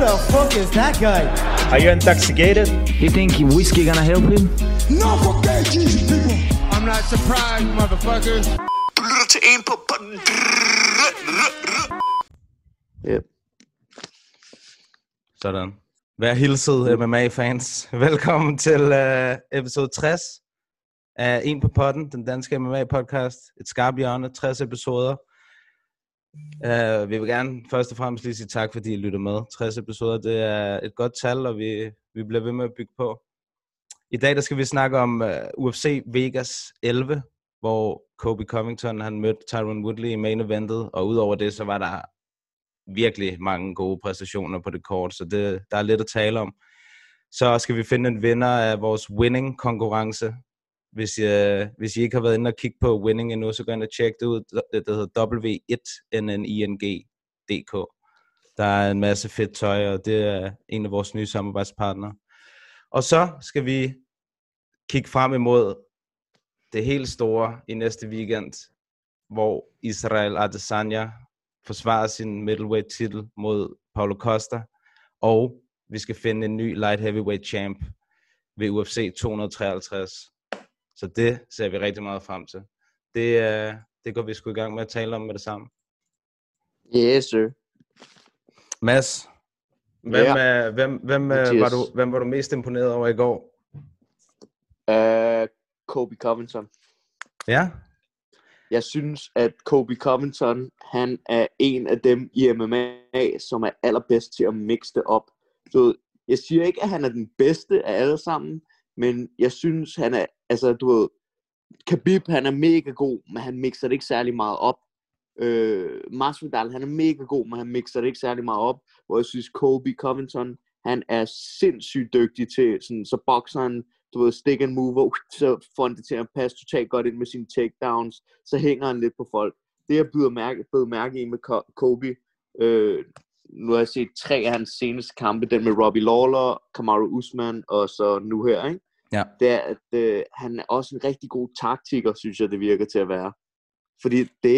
the fuck is that guy? Are you intoxicated? You think whiskey gonna help him? No, forget Jesus, people. I'm not surprised, motherfuckers. Du lytter til en på podden. Yep. Sådan. Vær hilset, MMA-fans. Velkommen til episode 60 af En på podden, den danske MMA-podcast. Et skarpt hjørne, 60 episoder. Vi vil gerne først og fremmest lige sige tak, fordi I lytter med. 60 episoder, det er et godt tal, og vi bliver ved med at bygge på. I dag der skal vi snakke om UFC Vegas 11, hvor Colby Covington han mødte Tyron Woodley i main eventet, og udover det, så var der virkelig mange gode præstationer på det kort, så der er lidt at tale om. Så skal vi finde en vinder af vores winning-konkurrence. Hvis I ikke har været inde og kigge på winning endnu, så gå ind og tjek det ud. Det hedder W1NNING.dk. Der er en masse fedt tøj, og det er en af vores nye samarbejdspartnere. Og så skal vi kigge frem imod det helt store i næste weekend, hvor Israel Adesanya forsvarer sin middleweight titel mod Paulo Costa, og vi skal finde en ny light heavyweight champ ved UFC 253. Så det ser vi rigtig meget frem til. Det går vi sgu i gang med at tale om med det samme. Yes, sir. Mads, hvem var du mest imponeret over i går? Colby Covington. Ja? Jeg synes, at Colby Covington, han er en af dem i MMA, som er allerbedst til at mixe det op. Så jeg siger ikke, at han er den bedste af alle sammen, men jeg synes, han er, altså du ved, Khabib, han er mega god, men han mixer det ikke særlig meget op. Masvidal, han er mega god, men han mixer det ikke særlig meget op. Hvor jeg synes, Colby Covington, han er sindssygt dygtig til, sådan, så bokser han, du ved, stick and move, så får han det til at passe totalt godt ind med sine takedowns, så hænger han lidt på folk. Det jeg blevet mærke i med Colby, nu har jeg set 3 af hans seneste kampe, den med Robbie Lawler, Kamaru Usman og så nu her, ikke? Ja. Det er, at han er også en rigtig god taktiker, synes jeg, det virker til at være. Fordi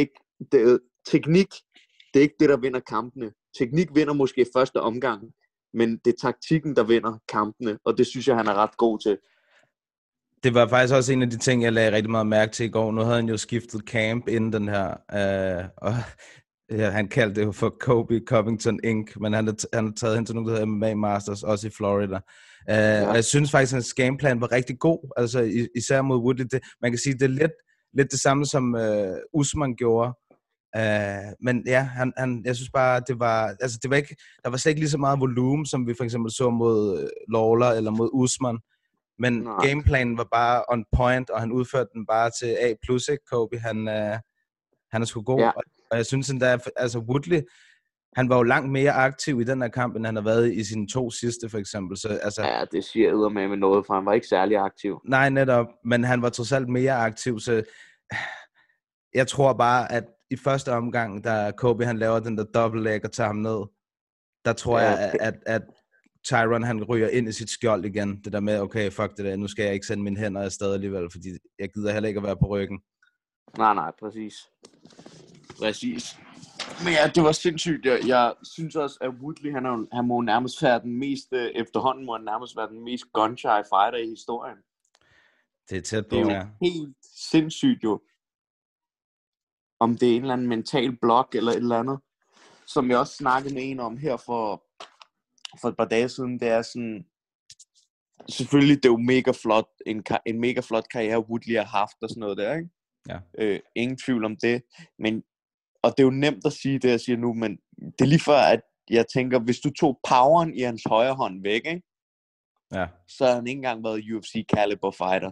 teknik, det er ikke det, der vinder kampene. Teknik vinder måske i første omgang, men det er taktikken, der vinder kampene, og det synes jeg, han er ret god til. Det var faktisk også en af de ting, jeg lagde rigtig meget mærke til i går. Nu havde han jo skiftet camp inden den her, og han kaldte det jo for Colby Covington Inc., men han har taget hen til noget, der hedder MMA Masters, også i Florida. Og jeg synes faktisk, at hans gameplan var rigtig god, altså især mod Woodley. Man kan sige, det er lidt det samme, som Usman gjorde. Men ja, jeg synes bare, det var ikke, der var slet ikke lige så meget volumen, som vi for eksempel så mod Lawler eller mod Usman. Men gameplanen var bare on point, og han udførte den bare til A+, ikke? Colby, han er sgu god. Ja. Og jeg synes endda, altså Woodley, han var jo langt mere aktiv i den her kamp, end han har været i sine 2 sidste, for eksempel. Så, altså, ja, det siger jeg med noget, for han var ikke særlig aktiv. Nej, netop, men han var trods alt mere aktiv, så jeg tror bare, at i første omgang, da Colby han laver den der double leg og tager ham ned, der tror jeg, at Tyron han ryger ind i sit skjold igen. Det der med, okay, fuck det der, nu skal jeg ikke sende mine hænder afsted alligevel, fordi jeg gider heller ikke at være på ryggen. Nej, præcis. Men ja, det var sindssygt. Jeg synes også, at Woodley, han må nærmest være den mest, efterhånden må han nærmest være den mest gun-shy fighter i historien. Det er tæt på, ja. Det er jo helt sindssygt jo. Om det er en eller anden mental blok eller et eller andet. Som jeg også snakkede med en om her for et par dage siden, det er sådan, selvfølgelig det er jo mega flot, en mega flot karriere Woodley har haft og sådan noget der, ikke? Ja. Ingen tvivl om det, men, og det er jo nemt at sige det, jeg siger nu, men det er lige før, at jeg tænker, hvis du tog poweren i hans højre hånd væk, ikke? Ja. Så har han ikke engang været UFC caliber fighter.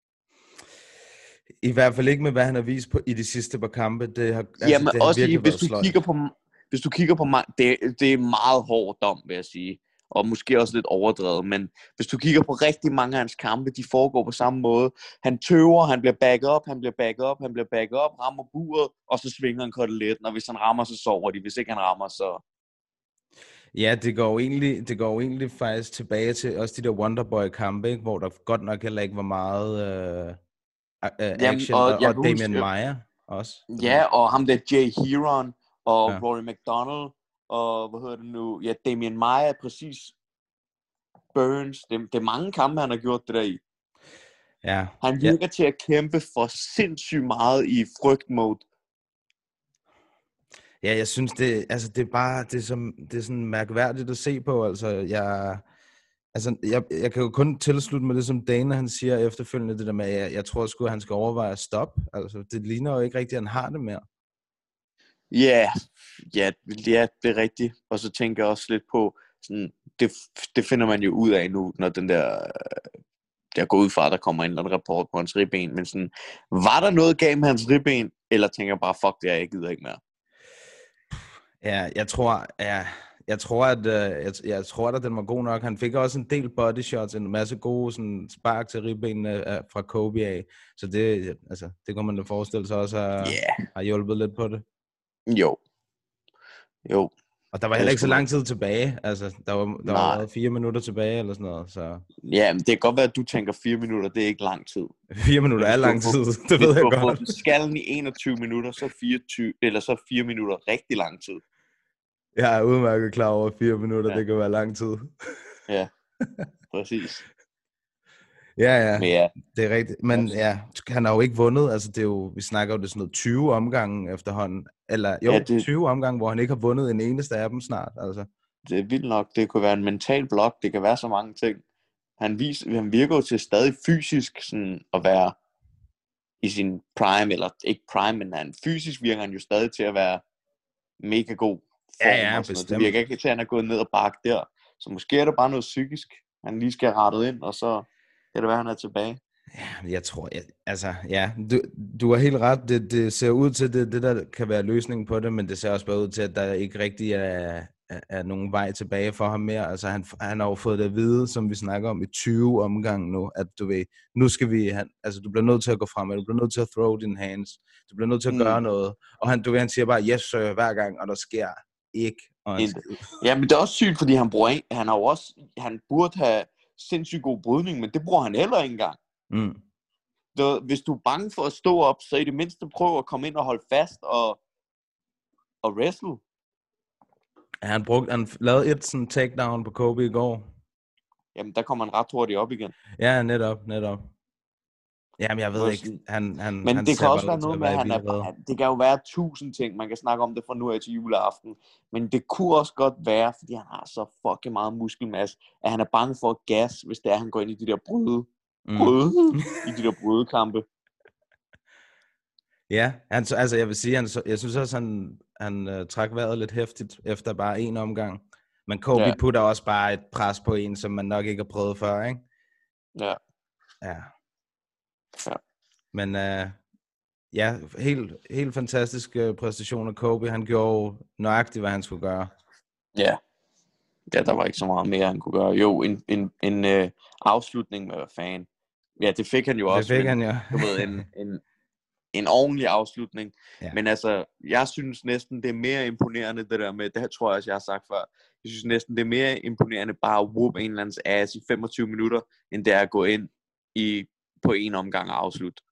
I hvert fald ikke med, hvad han har vist på i de sidste par kampe. Det har, jamen det har også hvis du kigger på mig, det er meget hård dom, vil jeg sige. Og måske også lidt overdrevet, men hvis du kigger på rigtig mange af hans kampe, de foregår på samme måde. Han tøver, han bliver backet up, rammer buret, og så svinger han koteletten, og hvis han rammer, så sover de. Hvis ikke han rammer, så... Ja, det går jo egentlig faktisk tilbage til også de der Wonderboy-kampe, ikke? Hvor der godt nok heller ikke var meget action, og Damian Maia også. Ja, og ham der Jay Heron, og Rory McDonald, og hvad hedder det nu? Ja, Damian Maia, præcis. Burns. Det er mange kampe, han har gjort det der i. Ja. Han virker til at kæmpe for sindssygt meget i frygt-mode. Ja, jeg synes, det er sådan mærkværdigt at se på. Altså, jeg kan jo kun tilslutte mig det, som Dana han siger efterfølgende, det der med, at jeg tror sgu, at han skal overveje at stoppe. Altså, det ligner jo ikke rigtigt, at han har det mere. Ja, det er rigtigt. Og så tænker jeg også lidt på, sådan, det finder man jo ud af nu, når den der går ud fra, der kommer en rapport på hans ribben. Men sådan, var der noget galt med hans ribben, eller tænker jeg bare, fuck det, jeg gider ikke mere? Ja, jeg tror, at den var god nok. Han fik også en del body shots, en masse gode sådan, spark til ribbenene fra Kobe af. Så det kunne man da forestille sig også har hjulpet lidt på det. Jo. Og der var heller ikke så lang tid tilbage. Altså, der var 4 minutter tilbage eller sådan noget. Så. Ja, men det kan godt være, at du tænker 4 minutter, det er ikke lang tid. 4 minutter er lang tid, det ved jeg godt. Hvis du skallen i 21 minutter, så 4 minutter rigtig lang tid. Jeg er udmærket klar over 4 minutter, det kan være lang tid. Ja, præcis. Ja, men ja, det er rigtigt. Men ja, han har jo ikke vundet. Altså, det er jo, vi snakker jo det sådan noget 20 omgange efterhånden. Eller jo, 20 omgange, hvor han ikke har vundet en eneste af dem snart. Altså. Det er vildt nok. Det kunne være en mental blok. Det kan være så mange ting. Han virker jo til stadig fysisk sådan, at være i sin prime, eller ikke prime, men han fysisk virker han jo stadig til at være mega god. Ja, bestemt. Det virker ikke til, at han er gået ned og bakke der. Så måske er det bare noget psykisk, han lige skal have rettet ind, og så kan det være, han er tilbage. Ja, jeg tror, du har helt ret. Det ser ud til, det der kan være løsningen på det, men det ser også bare ud til, at der ikke rigtig er nogen vej tilbage for ham mere. Altså, han har jo fået det at vide, som vi snakker om i 20 omgange nu, at du ved, nu skal du bliver nødt til at gå frem, du bliver nødt til at throw din hands, du bliver nødt til at gøre noget. Og han siger bare, yes sir, hver gang, og der sker ikke. Ja, men det er også sygt, fordi han burde have sindssygt god brydning, men det bruger han heller ikke engang. Hvis du er bange for at stå op, så i det mindste prøv at komme ind og holde fast og wrestle. Han lavede et sådan takedown på Kobe i går. Jamen, der kommer han ret hurtigt op igen. Ja, netop. Jamen, jeg ved ikke. Men det kan også være noget med, at det kan jo være 1000 ting. Man kan snakke om det fra nu af til juleaften. Men det kunne også godt være, fordi han har så fucking meget muskelmasse, at han er bange for at gas, hvis det er, han går ind i de der i de der brydekampe. Ja, altså jeg vil sige, jeg synes også, han trak vejret lidt hæftigt efter bare en omgang. Men Kobe putter også bare et pres på en, som man nok ikke har prøvet før, ikke? Ja. Men helt fantastisk præstation af Kobe. Han gjorde nøjagtigt, hvad han skulle gøre. Ja, der var ikke så meget mere, han kunne gøre. Jo, en afslutning med fan. Ja, det fik han jo også. Det fik han jo. Du ved, en ordentlig afslutning. Ja. Men altså, jeg synes næsten, det er mere imponerende, det der med, det her tror jeg også, jeg har sagt før. Jeg synes næsten, det er mere imponerende bare at whoop en eller andens ass i 25 minutter, end det er at gå ind på en omgang og afslutte.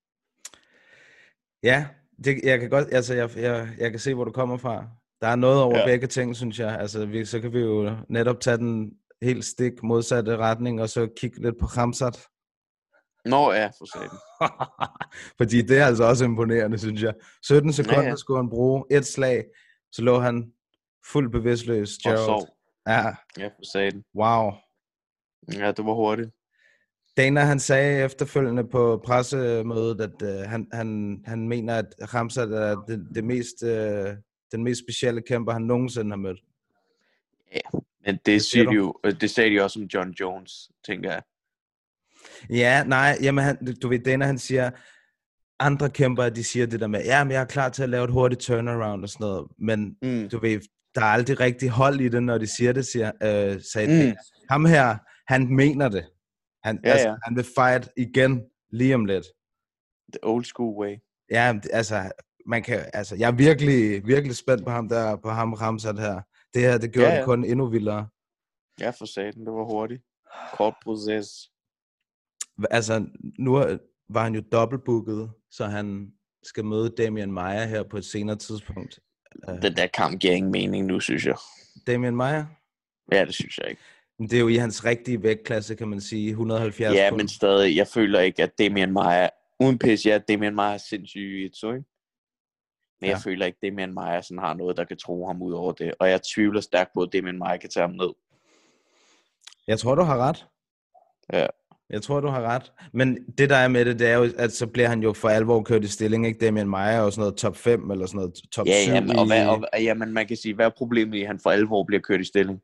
Ja, jeg kan godt, altså jeg kan se, hvor du kommer fra. Der er noget over begge ting, synes jeg. Altså, så kan vi jo netop tage den helt stik modsatte retning, og så kigge lidt på Khamzat. Nå ja, for satan. Fordi det er altså også imponerende, synes jeg. 17 sekunder skulle han bruge. Et slag, så lå han fuldt bevidstløs. Og ja, for satan. Wow. Ja, det var hurtigt. Dana, han sagde efterfølgende på pressemødet, at han mener, at Khamzat er den mest specielle kæmper, han nogensinde har mødt. Ja, men det sagde de også om John Jones, tænker jeg. Ja, nej, jamen du ved, Dana han siger, andre kæmpere, de siger det der med, ja, men jeg er klar til at lave et hurtigt turnaround og sådan noget, men du ved, der er aldrig rigtig hold i det, når de siger det, sagde Dana. Ham her, han mener det. Han vil fight igen lige om lidt. The old school way. Ja, altså, jeg er virkelig, virkelig spændt på ham der, på ham Khamzat her. Det her, det gjorde det kun endnu vildere. Ja, for satan, det var hurtigt. Kort proces. Altså, nu var han jo dobbeltbooket, så han skal møde Damian Maia her på et senere tidspunkt. Den der kamp giver ingen mening nu, synes jeg. Damian Maia? Ja, det synes jeg ikke. Men det er jo i hans rigtige vægtklasse, kan man sige. 170 Ja, pund. men stadig, jeg føler ikke, at Damian Maia, uden pis, ja, Damian Maia er sindssygt jiu-jitsu, ikke? Men jeg føler ikke, at Damian Maia sådan har noget, der kan tro ham ud over det. Og jeg tvivler stærkt på, at Damian Maia kan tage ham ned. Jeg tror, du har ret. Ja. Jeg tror, du har ret. Men det, der er med det, det er jo, at så bliver han jo for alvor kørt i stilling, ikke? Damian Maia og sådan noget top 5, eller sådan noget top 7. Ja, men man kan sige, hvad er problemet i, at han for alvor bliver kørt i stilling?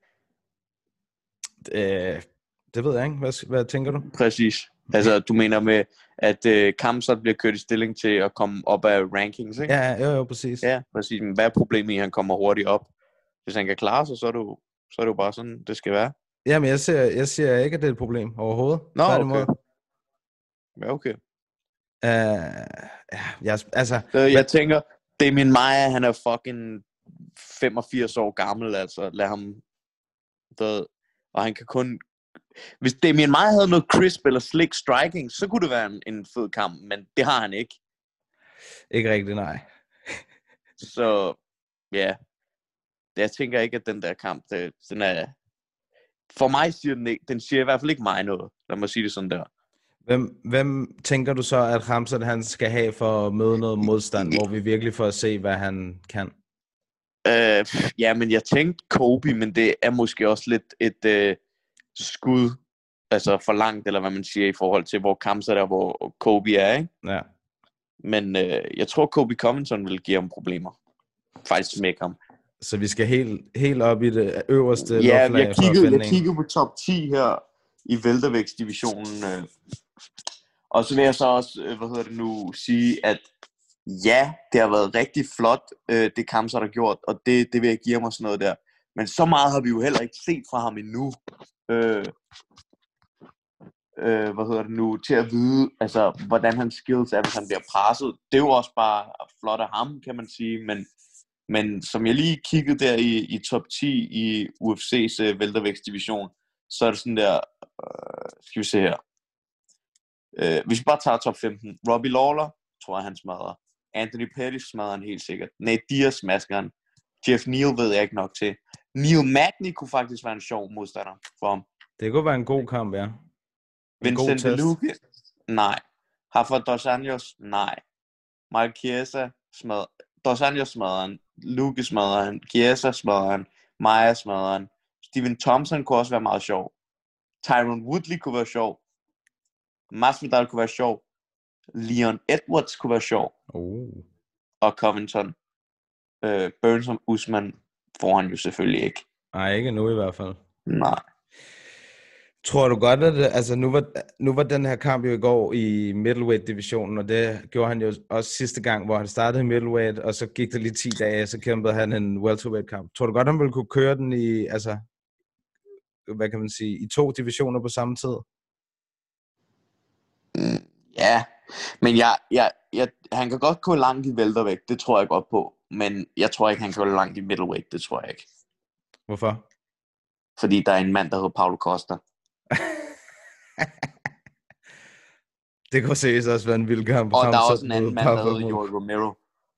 Det ved jeg ikke. Hvad tænker du? Præcis. Altså, du mener med, at Kamsat bliver kørt i stilling til at komme op af rankings, ikke? Ja, jo, præcis. Ja, præcis. Men hvad er problemet i, at han kommer hurtigt op? Hvis han kan klare sig, så er det jo bare sådan, det skal være. Jamen, jeg siger ikke, at det er et problem overhovedet. Nå, okay. Ja, okay. Jeg tænker, Damian Maia, han er fucking 85 år gammel, altså. Lad ham... Og han kan kun... Hvis Damian Maia havde noget crisp eller slick striking, så kunne det være en fed kamp, men det har han ikke. Ikke rigtigt, nej. Så, ja. Jeg tænker ikke, at den der kamp, den er... For mig siger den ikke, den siger i hvert fald ikke mig noget. Lad mig sige det sådan der. Hvem tænker du så, at Khamzat han skal have for at møde noget modstand, hvor vi virkelig får at se, hvad han kan? Ja, men jeg tænkte Kobe, men det er måske også lidt et skud, altså for langt, eller hvad man siger, i forhold til, hvor Khamzat er, hvor Kobe er, ikke? Ja. Men jeg tror, Kobe Covington vil give ham problemer. Faktisk smække ham. Så vi skal helt op i det øverste luftlag. Ja, jeg kigger på top 10 her i weltervægtsdivisionen. Og så vil jeg så også, sige, at ja, det har været rigtig flot, det Khamzat har gjort, og det vil jeg give ham og sådan noget der. Men så meget har vi jo heller ikke set fra ham endnu. Til at vide, altså, hvordan hans skills er, hvis han bliver presset. Det er jo også bare flot af ham, kan man sige, men som jeg lige kiggede der i top 10 i UFC's weltervægtsdivision, så er det sådan der, skal vi se her. Hvis vi bare tager top 15, Robbie Lawler, tror jeg han smadrer. Anthony Pettis smadrer han helt sikkert. Nate Diaz smasker han. Jeff Neal ved jeg ikke nok til. Neil Magny kunne faktisk være en sjov modstander for ham. Det kunne være en god kamp, ja. Vincent Luque? Nej. Rafa Dos Anjos? Nej. Mike Chiesa smadrer. Dos Anjos smadrer han. Luque smadrer han. Chiesa smadrer han. Maia smadrer han. Steven Thompson kunne også være meget sjov. Tyron Woodley kunne være sjov. Masvidal kunne være sjov. Leon Edwards kunne være sjov. Og Covington. Burns og Usman får han jo selvfølgelig ikke. Nej, ikke nu i hvert fald. Nej. Tror du godt, at altså nu var den her kamp jo i går i middleweight-divisionen, og det gjorde han jo også sidste gang, hvor han startede i middleweight, og så gik det lige 10 dage, så kæmpede han en welterweight-kamp. Tror du godt, han ville kunne køre den i, altså, hvad kan man sige, i 2 divisioner på samme tid? Ja, men han kan godt gå langt i weltervægt, det tror jeg godt på. Men jeg tror ikke, han kan gå langt i middleweight, det tror jeg ikke. Hvorfor? Fordi der er en mand, der hedder Paulo Costa. Det kunne seriøst også være en vild kamp. Og der er også en anden mand, der hedder Yoel Romero.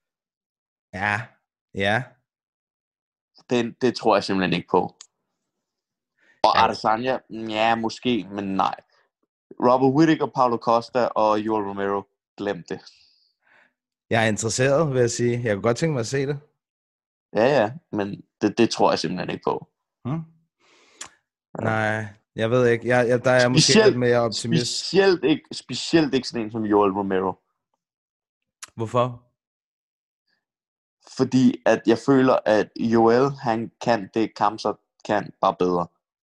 Ja. Det tror jeg simpelthen ikke på. Og Adesanya, ja, måske, men nej. Robert Whittaker, Paulo Costa og Yoel Romero, glem det. Jeg er interesseret, vil jeg sige. Jeg kunne godt tænke mig at se det. Ja, men det tror jeg simpelthen ikke på. Nej, jeg ved ikke. Der er måske lidt mere optimist. Specielt ikke sådan en som Yoel Romero. Hvorfor? Fordi at jeg føler, at Yoel, han kan det, Khamzat kan bare bedre.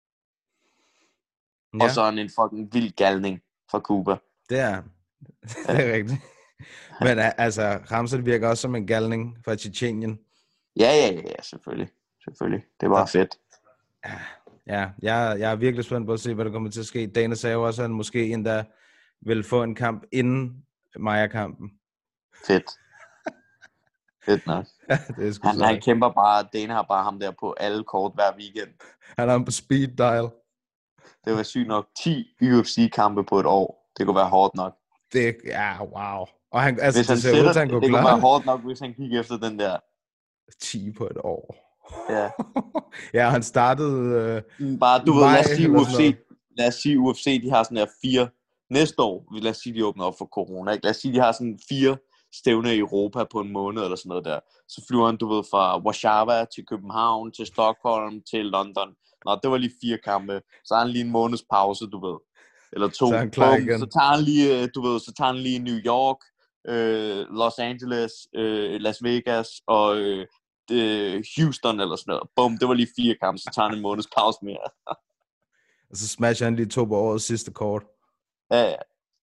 Ja. Og så er han en fucking vild galning fra Cuba. Det er rigtigt. Men altså, Khamzat virker også som en galning fra Tjetjenien. Ja, selvfølgelig. Det er bare fedt. Ja, jeg er virkelig spændt på at se, hvad der kommer til at ske. Dana sagde jo også, at han måske endda vil få en kamp inden Maia-kampen. Fedt nok. Ja, det er han kæmper bare, Dana har bare ham der på alle kort hver weekend. Han er på speed dial. Det var sygt nok 10 UFC-kampe på et år. Det kunne være hårdt nok. Wow. Og han, altså, hvis han det ser ud til, han kunne det klare. Kunne være hårdt nok, hvis han gik efter den der 10 på et år. Ja. Ja, han startede... Bare, du ved, maj lad os sige eller UFC, sådan de har sådan her 4, næste år, lad os sige, de åbner op for corona, ikke? Lad os sige, de har sådan 4 stævner i Europa på en måned, eller sådan noget der. Så flyver han, du ved, fra Warszawa til København, til Stockholm, til London. Nå, det var lige 4 kampe. Så har han lige en måneds pause, du ved. Eller 2. Så er han klar igen. Så tager han lige, du ved, så tager han lige New York, Los Angeles, Las Vegas og Houston eller sådan noget. Bum, det var lige 4 kampe, så tager han en måneds pause mere. Og så smasher han lige 2 på årets sidste kort. Ja.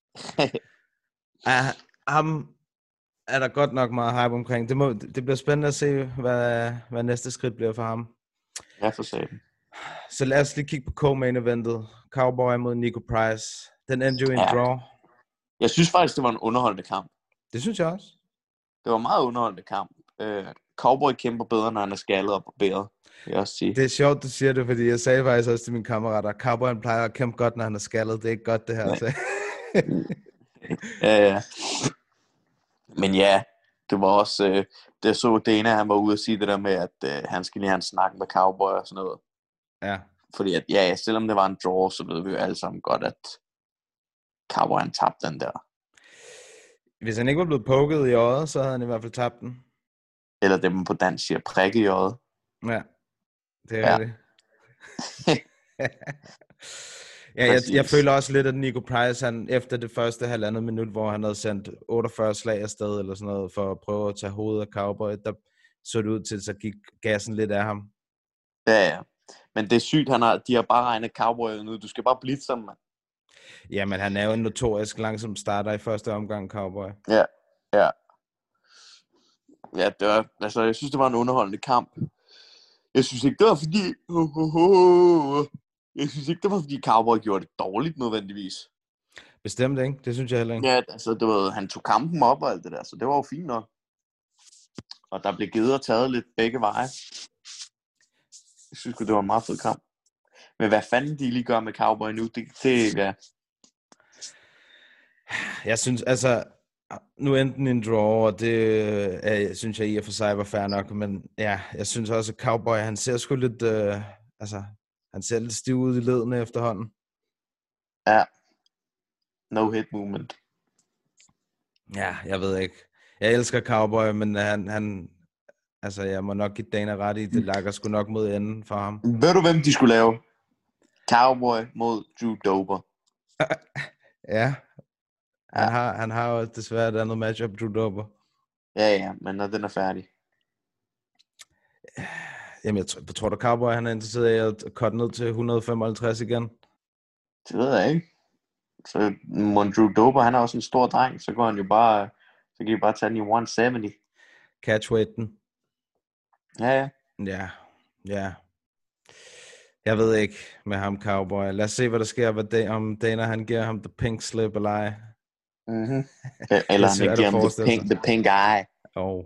Ham er der godt nok meget hype omkring. Det bliver spændende at se, hvad næste skridt bliver for ham. Ja, for sagen. Så lad os lige kigge på co-main eventet. Cowboy mod Nico Price. Den endte jo i en draw. Jeg synes faktisk, det var en underholdende kamp. Det synes jeg også. Det var en meget underholdende kamp. Cowboy kæmper bedre, når han er skaldet og barberet. Jeg også sige. Det er sjovt, du siger det, fordi jeg sagde faktisk også til mine kammerater, at Cowboy plejer at kæmpe godt, når han er skaldet. Det er ikke godt, det her. Ja. Men ja, det var også, det så Dana, han var ude at sige det der med, at han skal lige have en snak med Cowboy og sådan noget. Ja. Fordi at, ja, selvom det var en draw, så ved vi jo alle sammen godt, at Cowboy han tabte den der. Hvis han ikke var blevet poket i øjet, så havde han i hvert fald tabt den. Eller dem på dansk siger prikke i øjet. Ja, det er det. Ja, jeg føler også lidt, at Nico Price, han efter det første 1,5 minut, hvor han havde sendt 48 slag afsted, eller sådan noget, for at prøve at tage hovedet af Cowboy, der så det ud til, så gik gassen lidt af ham. Ja. Men det er sygt, de har bare regnet Cowboy ud. Du skal bare blive sammen, mand. Ja, men han er jo en notorisk langsom starter i første omgang, Cowboy. Ja. Ja, det var, altså, jeg synes, det var en underholdende kamp. Jeg synes ikke, det var fordi... Jeg synes ikke, det var fordi Cowboy gjorde det dårligt nødvendigvis. Bestemt ikke, det synes jeg heller ikke. Ja, altså, det var, han tog kampen op og alt det der, så det var jo fint nok. Og der blev givet og taget lidt begge veje. Jeg synes det var en meget fed kamp. Men hvad fanden de lige gør med Cowboy nu, det ja. Jeg synes, altså, nu endte den en draw, og det synes jeg i og for sig var fair nok, men ja, jeg synes også, at Cowboy, han ser sgu lidt, han ser lidt stiv ud i ledene efterhånden. Ja. No hit movement. Ja, jeg ved ikke. Jeg elsker Cowboy, men han altså, jeg må nok give Dana ret i, det lakker sgu nok mod enden for ham. Ved du, hvem de skulle lave? Cowboy mod Drew Dober. Ja. Han har jo desværre et andet matchup, Drew Dober. Ja, men når den er færdig. Jamen, jeg tror du, Cowboy han er interesseret i at cutte ned til 155 igen? Det ved jeg ikke. Så Drew Dober, han er også en stor dreng, så kan de bare tage den i 170. Catchweighten. Ja. Ja. Jeg ved ikke med ham, Cowboy. Lad os se, hvad der sker, om Dana han giver ham the pink slip eller ej. Mm-hmm. Eller han giver ham the pink eye. Oh.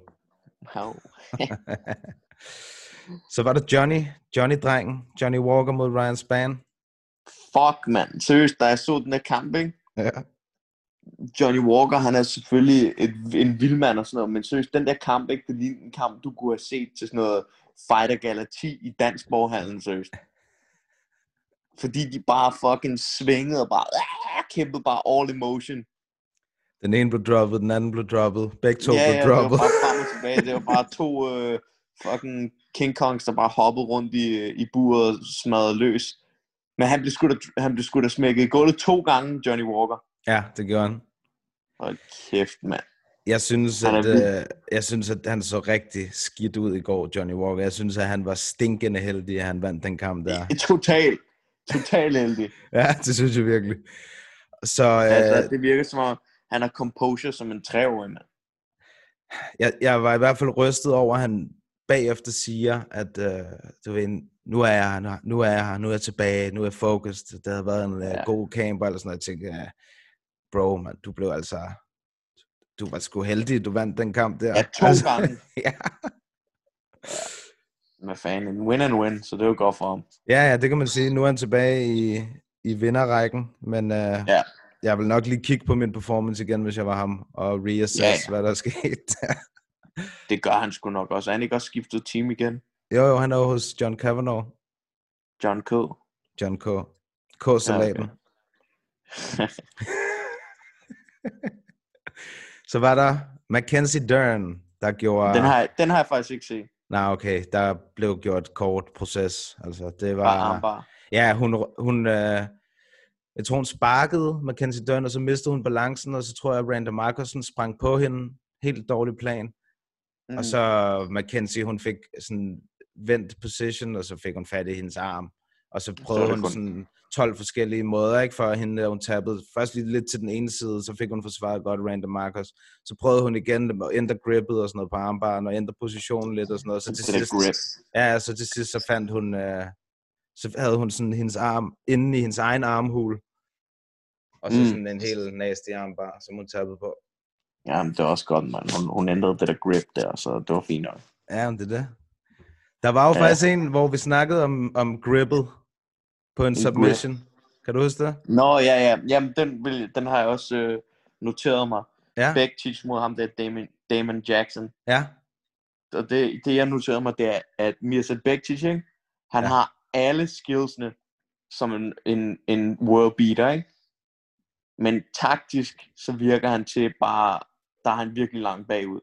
Så var der Johnny-drengen. Johnny Walker mod Ryan Spann. Fuck, mand. Seriøst, da jeg så den her kamp, ikke? Ja. Johnny Walker, han er selvfølgelig en vildmand og sådan noget, men seriøst, den der kamp, ikke? Det er en kamp, du kunne have set til sådan noget Fighter Gala 10 i dansk borghallen, seriøst. Fordi de bare fucking svingede og bare kæmpede bare all emotion. Den ene blev droppet, den anden blev droppet. Begge to blev droppet. Det var bare frem og tilbage. Det var bare to fucking King Kongs, der bare hoppede rundt i buret og smadrede løs. Men han blev sgu da smækket i gulvet 2 gange, Johnny Walker. Ja, det gjorde han. Hold kæft, mand. Jeg synes, at han så rigtig skidt ud i går, Johnny Walker. Jeg synes, at han var stinkende heldig, at han vandt den kamp der. Total heldig. Ja, det synes jeg virkelig. Så, altså, det virker som om, han har composure som en 3-årig, mand. Jeg var i hvert fald rystet over, at han bagefter siger, at nu er jeg her, nu er jeg tilbage, nu er jeg focused. Det havde været en god camp, eller sådan noget. Jeg tænkte, bro, man, du var sgu heldig, du vandt den kamp der. Ja, 2 gange. Ja. Hvad fanden, en win and win, så det er jo godt for ham. Ja, det kan man sige. Nu er han tilbage i vinderrækken, men jeg vil nok lige kigge på min performance igen, hvis jeg var ham, og reassess, hvad der er sket. Det gør han sgu nok også. Er han ikke også skiftet team igen? Jo, han er jo hos John Kavanaugh. John K. John K. K-salaten. Ja, Så var der Mackenzie Dern, der gjorde... Den har jeg faktisk ikke set. Nej, okay. Der blev gjort kort proces. Altså, det var... Armbar. Ja, hun jeg tror, hun sparkede Mackenzie Dern, og så mistede hun balancen, og så tror jeg, at Randa Markusen sprang på hende. Helt dårlig plan. Og så Mackenzie, hun fik sådan vendt position, og så fik hun fat i hendes arm. Og så prøvede hun sådan 12 forskellige måder, ikke, for hende, hun tappede først lidt til den ene side, så fik hun forsvaret godt Randa Marcus. Så prøvede hun igen at ændre grippet og sådan noget på armbaren, og ændre positionen lidt og sådan noget. Så til sidst, så til sidst så fandt hun, så havde hun sådan hendes arm inde i hendes egen armhul, og så sådan en helt nasty armbar, som hun tappede på. Ja, men det var også godt, man. Hun ændrede det der grip der, så det var fint nok. Ja, det er det. Der var jo faktisk en, hvor vi snakkede om grippet på en submission. Grip. Kan du huske det? Nå, ja. Jamen, den har jeg også noteret mig. Ja. Bektic mod ham, der Damon Jackson. Ja. Og det jeg noterede mig, det er, at Mirsad Bektic, ikke? Han har alle skillsene som en world beater, ikke? Men taktisk, så virker han til bare, der er han virkelig langt bagud.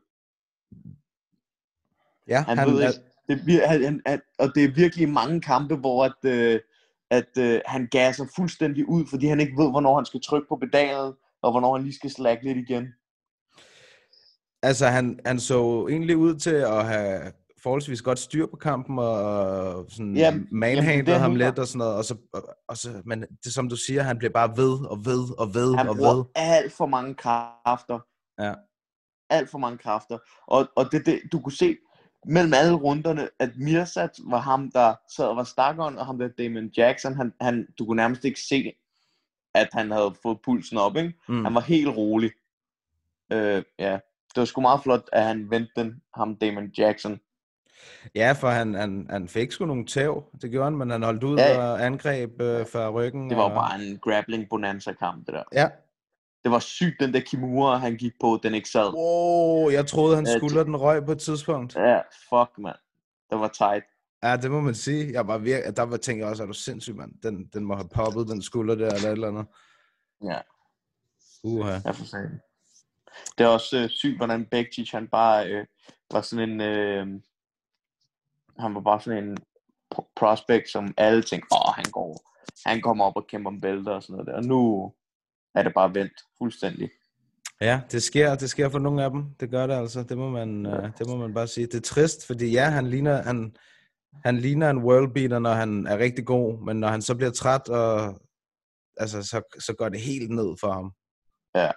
Ja, han ved ikke, og det er virkelig mange kampe, hvor at han gasser fuldstændig ud, fordi han ikke ved, hvornår han skal trykke på pedalen, og hvornår han lige skal slække lidt igen. Altså, han så egentlig ud til at have forholdsvis godt styr på kampen, og sådan manhandlede ham lidt, og sådan noget, og så, men det som du siger, han bliver bare ved. Han bruger alt for mange kræfter. Ja. Alt for mange kræfter. Og det, du kunne se, mellem alle runderne, at Mirsad var ham, der sad og var stakkeren, og ham der Damon Jackson, du kunne nærmest ikke se, at han havde fået pulsen op, ikke? Han var helt rolig. Ja, det var sgu meget flot, at han vendte den, ham Damon Jackson. Ja, for han fik sgu nogle tæv, det gjorde han, men han holdt ud og angreb fra ryggen. Det var bare en grappling bonanza kamp, det der. Ja. Det var sygt, den der Kimura, han gik på, den ikke sad. Wow, jeg troede, han skulle den røg på et tidspunkt. Ja, fuck, mand. Det var tight. Ja, det må man sige. Der tænkte jeg også, at du sindssyg, mand. Den må have poppet, den skulder der, eller et eller andet. Ja. Ja, for sagen. Det er også sygt, hvordan Bektic, han bare var sådan en... han var bare sådan en prospect, som alle tænkte, han kommer op og kæmper om bælter og sådan noget der. Og nu er det bare vendt fuldstændig. Ja, det sker for nogle af dem. Det gør det altså. Det må man bare sige. Det er trist, fordi ja, han ligner en world beater, når han er rigtig god, men når han så bliver træt, og altså så går det helt ned for ham. Ja.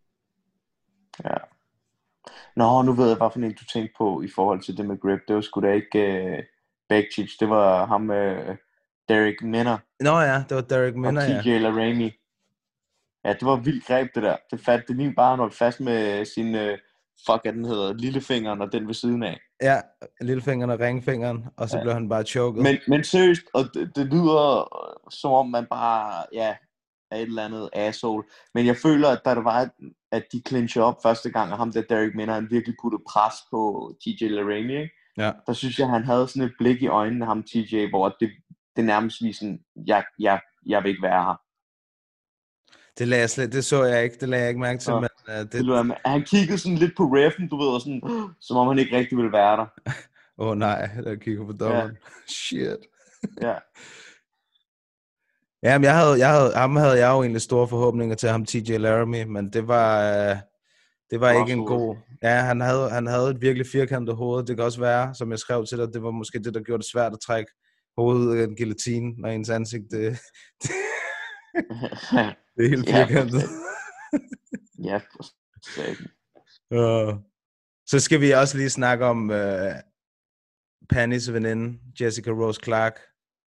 Nå, nu ved jeg bare for en, du tænkte på i forhold til det med grip. Det var sgu da ikke Bektic, det var ham Derek Minner. Nå ja, det var Derek Minner, og TJ Laramie. Ja, det var vildt greb, det der. Det lige bare nok fast med sin, den hedder, lillefingeren og den ved siden af. Ja, lillefingeren og ringfingeren, og så blev han bare choket. Men seriøst, og det lyder som om man bare, er et eller andet asshole. Men jeg føler, at da det var, at de clincher op første gang, og ham der Derek Minner, han virkelig puttede pres på TJ Laramie, ikke? Ja. Der synes jeg, han havde sådan et blik i øjnene, ham TJ, hvor det nærmest viser sådan, jeg vil ikke være her. Det så jeg ikke, det lagde jeg ikke mærke til, men... Han kiggede sådan lidt på reffen, du ved, og sådan, som om han ikke rigtig ville være der. Nej, der kigger på dommeren. Shit. Ja. Jamen, ham havde jeg jo egentlig store forhåbninger til, ham TJ Laramie, men det var ikke en god... Ja, han havde et virkelig firkantet hoved. Det kan også være, som jeg skrev til dig, det var måske det, der gjorde det svært at trække hovedet ud af en guillotine, når ens ansigt, det er helt firkantet. Ja, for satan. Så skal vi også lige snakke om Pannys veninde, Jessica Rose Clark.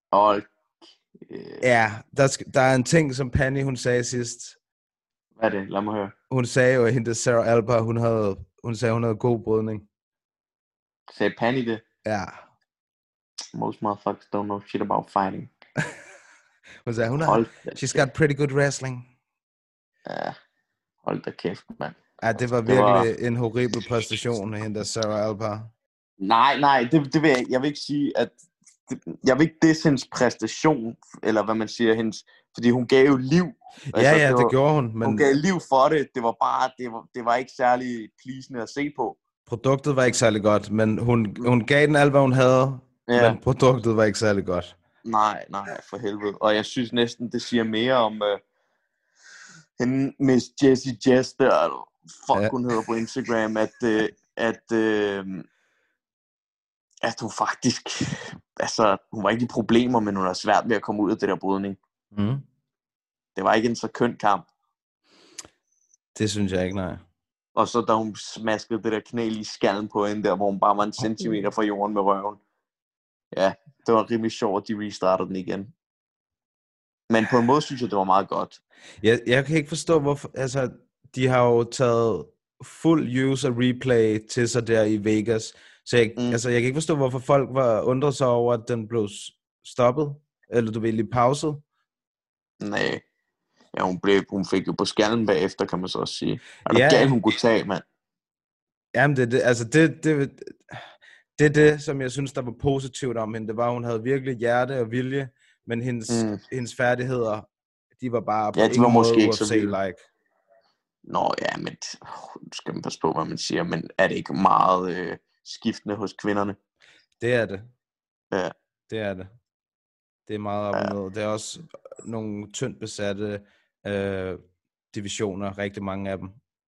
Ja, der er en ting, som Panny, hun sagde sidst. Hvad er det? Lad mig høre. Hun sagde jo, at hende Sarah Alba, hun havde god brydning. Sagde Panny det? Ja. Most motherfuckers don't know shit about fighting. Hun sagde, she's got pretty good wrestling. Ja, hold da kæft, mand. Ja, det var virkelig en horribel præstation af hende der Sarah Alpar. Nej, det vil jeg ikke. Jeg vil ikke sige, at... Jeg vil ikke disse hendes præstation, eller hvad man siger, hendes... Fordi hun gav jo liv. Ja, det gjorde hun. Men hun gav liv for det. Det var bare... Det var ikke særlig pleasende at se på. Produktet var ikke særlig godt, men hun gav den alt, hvad hun havde. Ja. Men produktet var ikke særlig godt. Nej, for helvede. Og jeg synes næsten, det siger mere om... hende Miss Jessie Jess der, hun hedder på Instagram, at hun faktisk, altså, hun var ikke i problemer, men hun har svært ved at komme ud af det der brydning. Mm. Det var ikke en så køn kamp. Det synes jeg ikke, nej. Og så da hun smaskede det der knæl i skallen på hende der, hvor hun bare var en centimeter fra jorden med røven. Ja, det var rimelig sjovt, at de restartede den igen. Men på en måde synes jeg, det var meget godt. Jeg kan ikke forstå, hvorfor... Altså, de har jo taget fuld use af replay til sig der i Vegas. Så jeg kan ikke forstå, hvorfor folk var undret sig over, at den blev stoppet. Eller du ved, lige pauset. Nej. Ja, hun fik jo på skallen bagefter, kan man så også sige. Er det galt, hun kunne tage, mand? Jamen, det er det, som jeg synes, der var positivt om hende. Det var, at hun havde virkelig hjerte og vilje, men hendes færdigheder, de var bare på ingen måde UFC-like. Nå ja, men skal man passe på, hvad man siger, men er det ikke meget skiftende hos kvinderne? Det er det. Ja. Det er det. Det er meget op og ned. Det er også nogle tyndt besatte divisioner, rigtig mange af dem.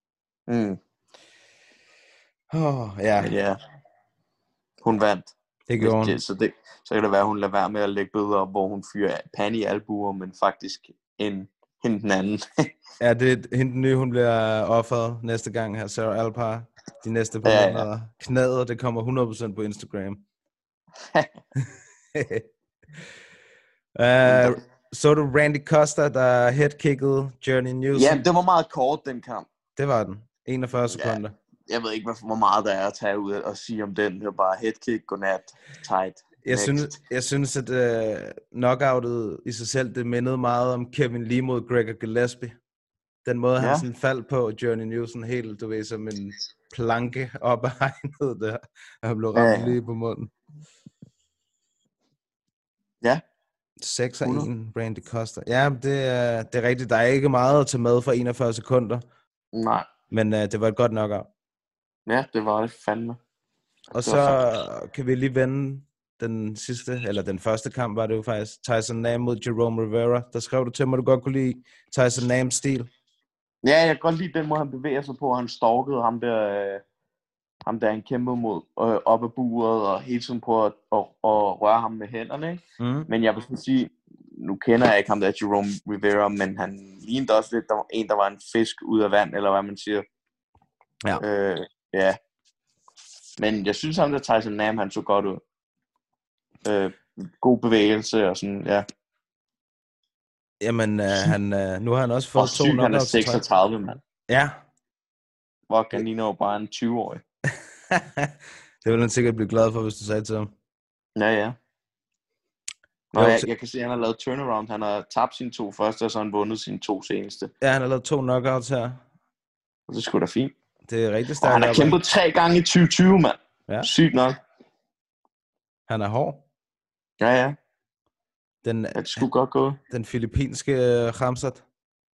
Ja. Hun vandt. Det gjorde hun. Så kan det være, at hun lader være med at lægge billeder op, hvor hun fyrer pande i albuer, men faktisk hende den anden. Ja, det er hende den nye, hun bliver offeret næste gang her, Sarah Alpar. De næste par måneder. Knæder, det kommer 100% på Instagram. Så du Randy Costa, der headkickede Journey Newson? Ja, det var meget kort, den kamp. Det var den. 41 sekunder. Jeg ved ikke, hvor meget der er at tage ud og sige om den. Det var bare headkick, godnat, tight. Jeg synes, at knockoutet i sig selv, det mindede meget om Kevin Lee mod Gregor Gillespie. Den måde, han sådan faldt på Journey Newson helt, du ved, som en planke op ad hegnet der. Han blev ramt lige på munden. Ja. 6-1, Randy Costa. Ja, det er rigtigt. Der er ikke meget at tage med for 41 sekunder. Nej. Men det var et godt knockout. Ja, det var det fandme. Og så kan vi lige vende den sidste, eller den første kamp var det jo faktisk, Tyson Nam mod Jerome Rivera. Der skrev du til mig, du godt kunne lide Tyson Nams stil. Ja, jeg kan godt lide den måde, han bevæger sig på. Han stalkede ham der han kæmpede mod op ad buret, og hele tiden på at røre ham med hænderne. Ikke? Men jeg vil sige, nu kender jeg ikke ham der, Jerome Rivera, men han lignede også lidt, der var en, der var en fisk ud af vand, eller hvad man siger. Ja. Ja. Men jeg synes, ham der Tyson Nam, han så godt ud. God bevægelse og sådan, ja. Jamen, nu har han også fået 2 knockouts. Han er 36, mand. Ja. Hvor Ganino bare en 20-årig. Det ville han sikkert blive glad for, hvis du sagde til ham. Ja. Nå, jeg kan se, at han har lavet turnaround. Han har tabt sine 2 første, og så har han vundet sine 2 seneste. Ja, han har lavet 2 knockouts her. Og det er sgu da fint. Det er rigtig stærkt. Og han har kæmpet 3 gange i 2020, mand. Ja. Sygt nok. Han er hård. Ja. Det er sgu godt gået. Den filippinske Khamzat.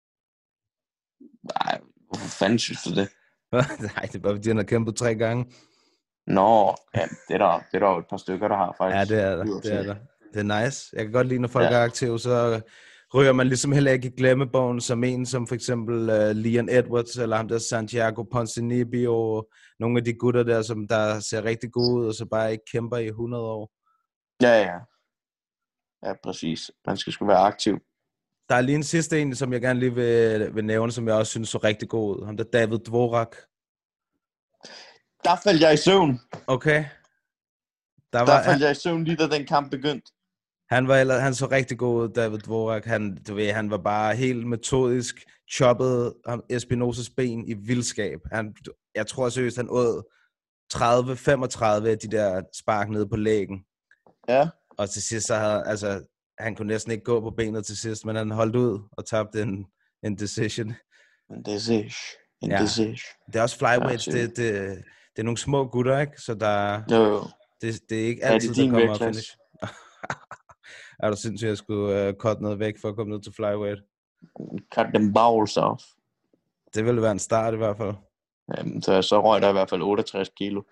Nej, hvorfor fanden synes du det? Nej, det er bare fordi, han har kæmpet 3 gange. Nå, ja, det er der jo et par stykker, der har faktisk. Ja, det er der. Det er nice. Jeg kan godt lide, når folk er aktive, så ryger man ligesom heller ikke i glemmebogen som en, som for eksempel Leon Edwards, eller ham der Santiago Ponzinibbio, nogle af de gutter der, som der ser rigtig gode ud, og så bare ikke kæmper i 100 år. Ja. Ja, præcis. Man skal sgu være aktiv. Der er lige en sidste en, som jeg gerne lige vil nævne, som jeg også synes så rigtig god ud. Ham der David Dvorak. Der faldt jeg i søvn. Okay. Der faldt jeg i søvn lige da den kamp begyndte. Han så rigtig god ud, David Dvorak. Han var bare helt metodisk, choppede Espinosas ben i vildskab. Jeg tror seriøst, han åd 30-35 af de der spark nede på lægen. Ja. Og til sidst så havde, han kunne næsten ikke gå på benet til sidst, men han holdt ud og tabte en decision. En decision. in this age. Det er også flyweights, Ja, det er nogle små gutter, ikke? Så der, Jo. det er ikke Ja, det altid, er der din kommer vægtklasse. finish. Er du sindssygt, at jeg skulle cutte noget væk for at komme ned til flyweight? Cut them balls off. Det ville være en start i hvert fald. Jamen, så røg der i hvert fald 68 kilo.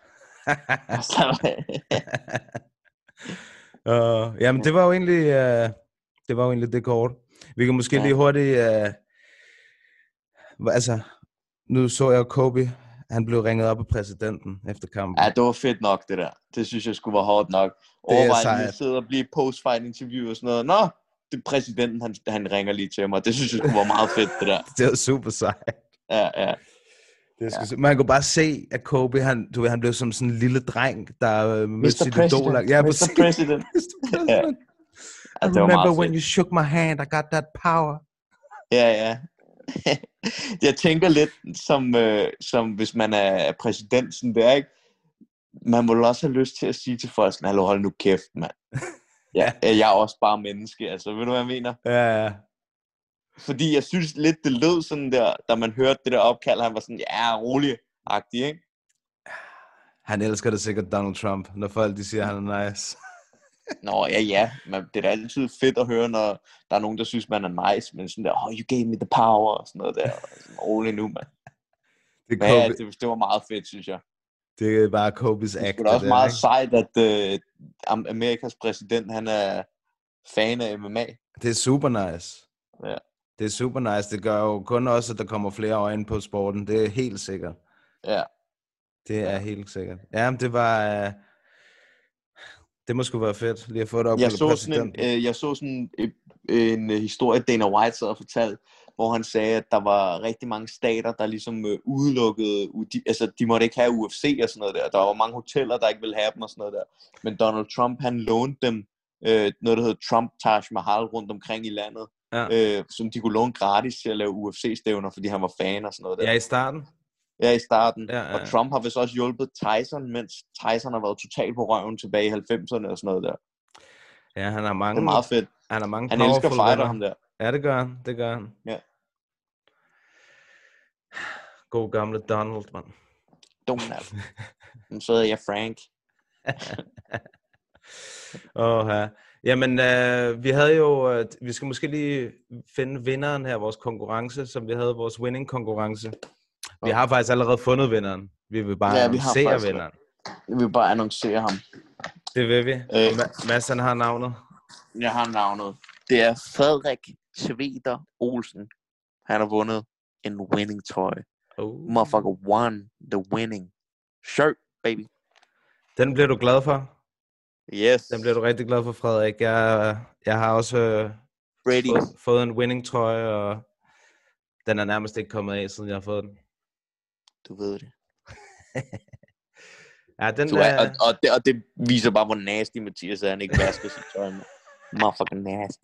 Jamen, det var jo egentlig det kort. Vi kan måske lige hurtigt... altså, nu så jeg Kobe. Han blev ringet op af præsidenten efter kampen. Ja, det var fedt nok, det der. Det synes jeg skulle være hårdt nok. Overvej lige at sidde og blive post-fight interview og sådan noget. Nå, det er præsidenten, han ringer lige til mig. Det synes jeg skulle være meget fedt, det der. Det var super sejt. Ja. Man kunne bare se, at Kobe, han blev som sådan en lille dreng, der mødte sit idol. Ja, Mr. President. Ja. I remember when you shook my hand, I got that power. Ja. Jeg tænker lidt som hvis man er præsident, sådan der, ikke? Man må også have lyst til at sige til folk, hallo, hold nu kæft, mand. Ja, jeg er også bare menneske, altså, ved du, hvad jeg mener? Ja. Fordi jeg synes lidt, det lød sådan der, da man hørte det der opkald, han var sådan, ja, rolig-agtig, ikke? Han elsker det sikkert, Donald Trump, når folk de siger, han er nice. Nå, ja, men det er da altid fedt at høre, når der er nogen, der synes, man er nice, men sådan der, you gave me the power, og sådan noget der, rolig nu, mand. Det var meget fedt, synes jeg. Det er bare Kobes act. Det er også meget sejt, at Amerikas præsident, han er fan af MMA. Det er super nice. Ja. Det er super nice. Det gør jo kun også, at der kommer flere øjne på sporten. Det er helt sikkert. Ja. Det er helt sikkert. Ja, det var... det må sgu være fedt, lige at få det op. Jeg så sådan en historie, Dana White sad og fortalte, hvor han sagde, at der var rigtig mange stater, der ligesom udelukkede, de måtte ikke have UFC og sådan noget der. Der var mange hoteller, der ikke ville have dem og sådan noget der. Men Donald Trump, han lånte dem noget, der hedder Trump Taj Mahal rundt omkring i landet, som de kunne låne gratis til at lave UFC-stævner, fordi han var fan og sådan noget der. Ja, i starten. Ja, i starten. Ja. Og Trump har vist også hjulpet Tyson, mens Tyson har været totalt på røven tilbage i 90'erne og sådan noget der. Ja, han har mange... Det er meget fedt. Han elsker fighter, ham der. Ja, det gør han. Ja. God gamle Donald, mand. Donald. Nu sidder jeg Frank. Jamen, vi havde jo... vi skal måske lige finde vinderen her, vores konkurrence, som vi havde, vores winning-konkurrence. Vi har faktisk allerede fundet vinderen. Vi vil bare annoncere vinderen. Vi vil bare annoncere ham. Det vil vi. Mads, han har navnet. Jeg har navnet. Det er Frederik Sveder Olsen. Han har vundet en winning toy. Motherfucker won the winning shirt, baby. Den bliver du glad for? Yes. Den bliver du rigtig glad for, Frederik. Jeg har også fået en winning trøje, og den er nærmest ikke kommet af, siden jeg har fået den. Du ved det. Ja, den og det viser bare, hvor nasty Mathias er. Han ikke vasker sit tøj. Motherfucking nasty.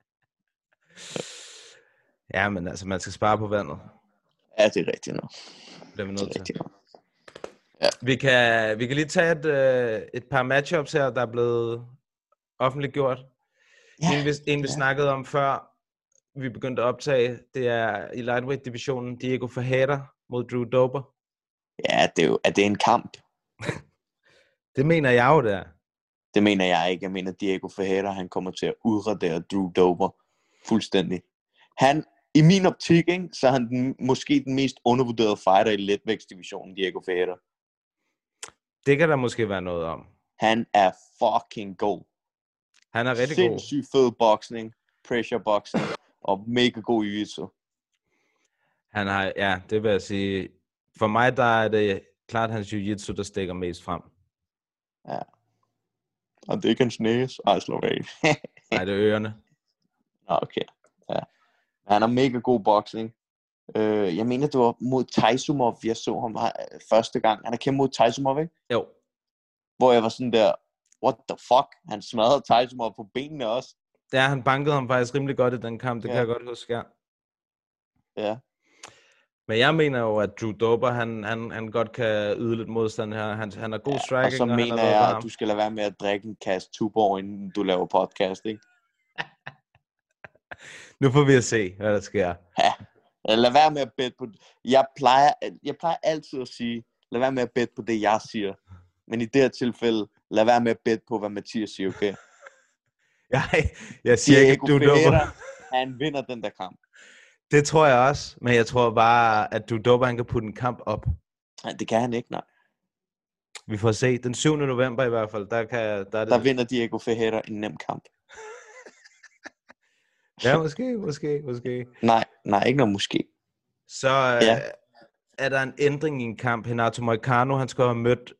Ja, men altså, man skal spare på vandet. Ja, det er rigtigt nok. Det er vi nødt til. Ja. Vi kan lige tage et par matchups her, der er blevet offentliggjort. Ja. En vi snakkede om før vi begyndte at optage, det er i lightweight-divisionen Diego Ferreira mod Drew Dober. Ja, er det en kamp? Det mener jeg jo, det er. Det mener jeg ikke. Jeg mener, Diego Ferreira, han kommer til at udradere Drew Dober fuldstændig. Han, i min optik, ikke, så er han måske den mest undervurderede fighter i letvægtsdivisionen, Diego Ferreira. Det kan der måske være noget om. Han er fucking god. Han er rigtig god. Sindssygt fed boxing, pressure boxing, og mega god jiu-jitsu. Han har, ja, det vil jeg sige. For mig, der er det klart hans jiu-jitsu, der stikker mest frem. Ja. Og det er ikke hans næse. Ej, slå væk. Nej, det er ørerne. Okay, ja. Han er mega god boxing. Jeg mener, det var mod Taisumov, jeg så ham første gang. Han er kæmpe mod Taisumov, ikke? Jo. Hvor jeg var sådan der, what the fuck? Han smadrede Taisumov på benene også. Ja, han bankede ham faktisk rimelig godt i den kamp, det kan jeg godt huske, ja. Ja. Men jeg mener jo, at Drew Dober, han godt kan yde lidt modstand her. Han er god striking. Og så mener jeg, at du skal lade være med at drikke en kasse Tuborg, inden du laver podcast, ikke? Nu får vi at se, hvad der sker. Lad være med at bette på... Jeg plejer altid at sige, lad være med at bette på det, jeg siger. Men i det her tilfælde, lad være med at bette på, hvad Mathias siger, okay? Jeg siger ikke, du dupper. Han vinder den der kamp. Det tror jeg også, men jeg tror bare, at du dupper, han kan putte en kamp op. Nej, det kan han ikke, nej. Vi får se. Den 7. november i hvert fald, der vinder Diego Ferreira en nem kamp. Ja, måske. Nej, ikke noget måske. Så er der en ændring i en kamp. Renato Moicano, han skulle have mødt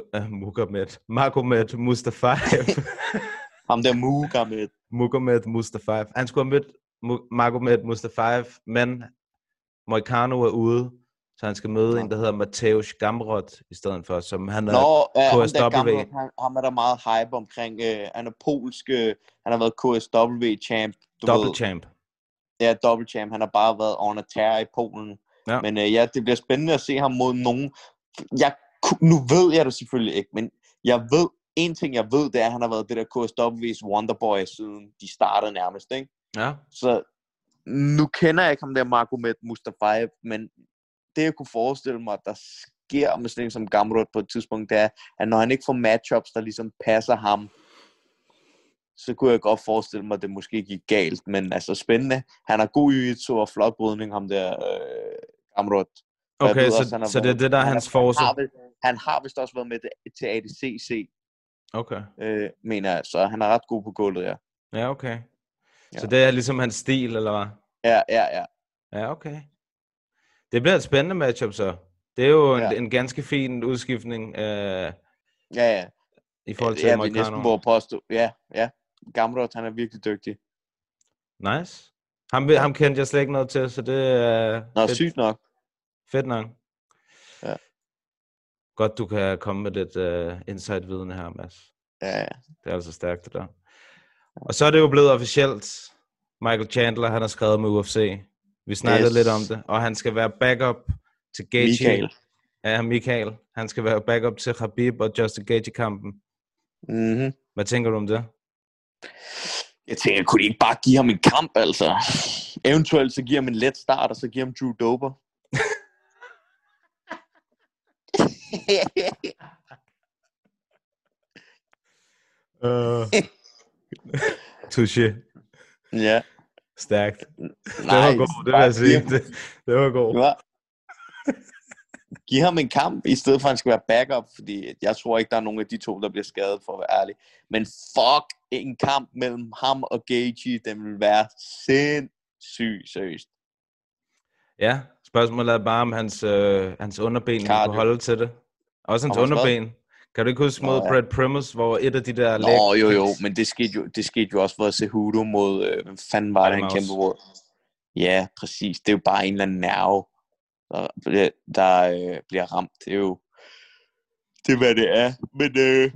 Magomed Mustafaev. Ham der Mugomed Mustafaev. Han skulle have mødt Magomed Mustafaev, men Moicano er ude, så han skal møde en, der hedder Mateusz Gamrot i stedet for, som han er KSW. Han er der meget hype omkring. Han er polsk. Han har været KSW-champ. Double-champ. Ja, double-champ. Han har bare været on a tear i Polen. Ja. Men det bliver spændende at se ham mod nogen. Nu ved jeg det selvfølgelig ikke, men en ting jeg ved, det er, at han har været det der KSW's Wonderboy siden de startede nærmest, ikke? Ja. Så nu kender jeg ikke ham der Magomed Mustafaev, men det jeg kunne forestille mig, at der sker med sådan en som Gamrot på et tidspunkt, det er, at når han ikke får matchups, der ligesom passer ham, så kunne jeg godt forestille mig, at det måske gik galt, men altså spændende. Han er god i jiu-jitsu og flot brydning, ham der Gamrot. Okay, så det er det, der er hans force. Han har vist også været med til ADCC. Okay. Mener jeg, så han er ret god på gulvet, ja. Ja, okay. Så det er ligesom hans stil, eller hvad? Ja. Ja, okay. Det bliver et spændende matchup, så. Det er jo en ganske fin udskiftning. Ja. I forhold til Moicano. Vi næsten må påstå. Ja. Gamrot, han er virkelig dygtig. Nice. Ham kendte jeg slet ikke noget til, så det er... sygt nok. Fedt nok. Ja. Godt, du kan komme med lidt insight-viden her, Mads. Ja. Det er altså stærkt, det der. Og så er det jo blevet officielt. Michael Chandler, han har skrevet med UFC. Vi snakkede lidt om det. Og han skal være backup til Gaethje. Michael. Ja, Michael. Han skal være backup til Khabib og Justin Gaethje-kampen. Mm-hmm. Hvad tænker du om det? Jeg tænker, kunne de ikke bare give ham en kamp, altså? Eventuelt så giver ham en let start, og så giver ham Drew Dober. Touché. Ja. Stærkt. Det var godt, det vil jeg sige. Det var godt. Ja. Giv ham en kamp, i stedet for at han skal være backup, fordi jeg tror ikke, der er nogen af de to, der bliver skadet, for at være ærlig. Men fuck, en kamp mellem ham og Gaethje, den vil være sindssygt seriøst. Ja, spørgsmålet er bare, om hans underben kan holde til det. Også hans underben. Kan du ikke huske mod Brad Primus, hvor et af de der læg... Jo, men det skete jo også for Cejudo mod... hvem fanden var det, han kæmpede mod? Ja, præcis. Det er jo bare en eller anden nerve, der bliver ramt. Det er jo... Det er, hvad det er. Men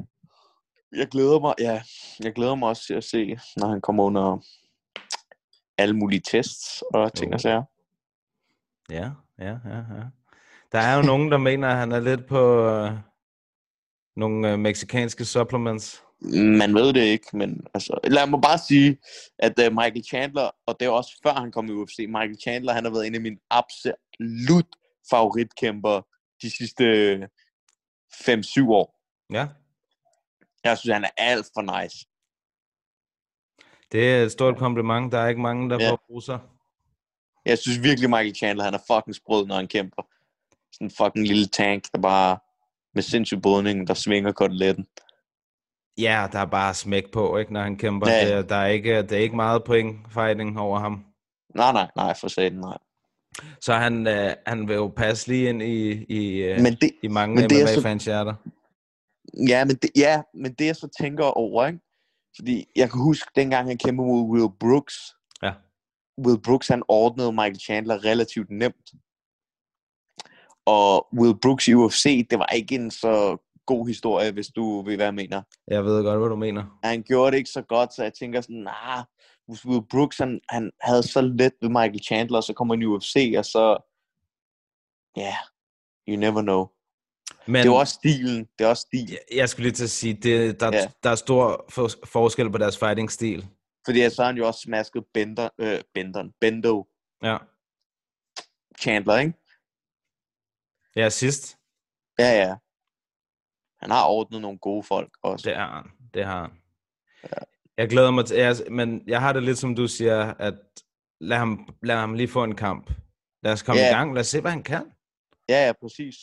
jeg glæder mig også til at se, når han kommer under alle mulige tests og ting og sager. Ja. Der er jo nogen, der mener, at han er lidt på nogle mexicanske supplements. Man ved det ikke, men altså, lad mig bare sige, at Michael Chandler, og det er også før han kom i UFC, Michael Chandler, han har været en af mine absolut favoritkæmper de sidste 5-7 år. Ja. Jeg synes, han er alt for nice. Det er et stort kompliment. Der er ikke mange, der får roser. Jeg synes virkelig, Michael Chandler, han er fucking sprød, når han kæmper. Sådan en fucking lille tank, der bare med sindssyg brydning, der svinger koteletten. Ja, der er bare smæk på, ikke, når han kæmper. Ja. Der er ikke meget point-fighting over ham. Nej, for satan, nej. Så han vil jo passe lige ind i mange MMA-fans hjerter. Men det jeg så tænker over, ikke? Fordi jeg kan huske, dengang han kæmpede mod Will Brooks. Ja. Will Brooks, han ordnede Michael Chandler relativt nemt. Og Will Brooks i UFC, det var ikke en så god historie, hvis du ved, hvad jeg mener. Jeg ved godt, hvad du mener. Han gjorde det ikke så godt, så jeg tænker sådan, hvis Will Brooks, han havde så let ved Michael Chandler, og så kommer han i UFC, og så, you never know. Men det er også stilen. Det er også stil. Jeg skulle lige til at sige, der er stor forskel på deres fighting-stil. Fordi så har han jo også smasket Bendo. Ja. Chandler, ikke? Ja, sidst. Ja. Han har ordnet nogle gode folk også. Det har han. Jeg glæder mig til, men jeg har det lidt som du siger, at lad ham lige få en kamp. Lad os komme i gang, lad os se, hvad han kan. Ja, præcis.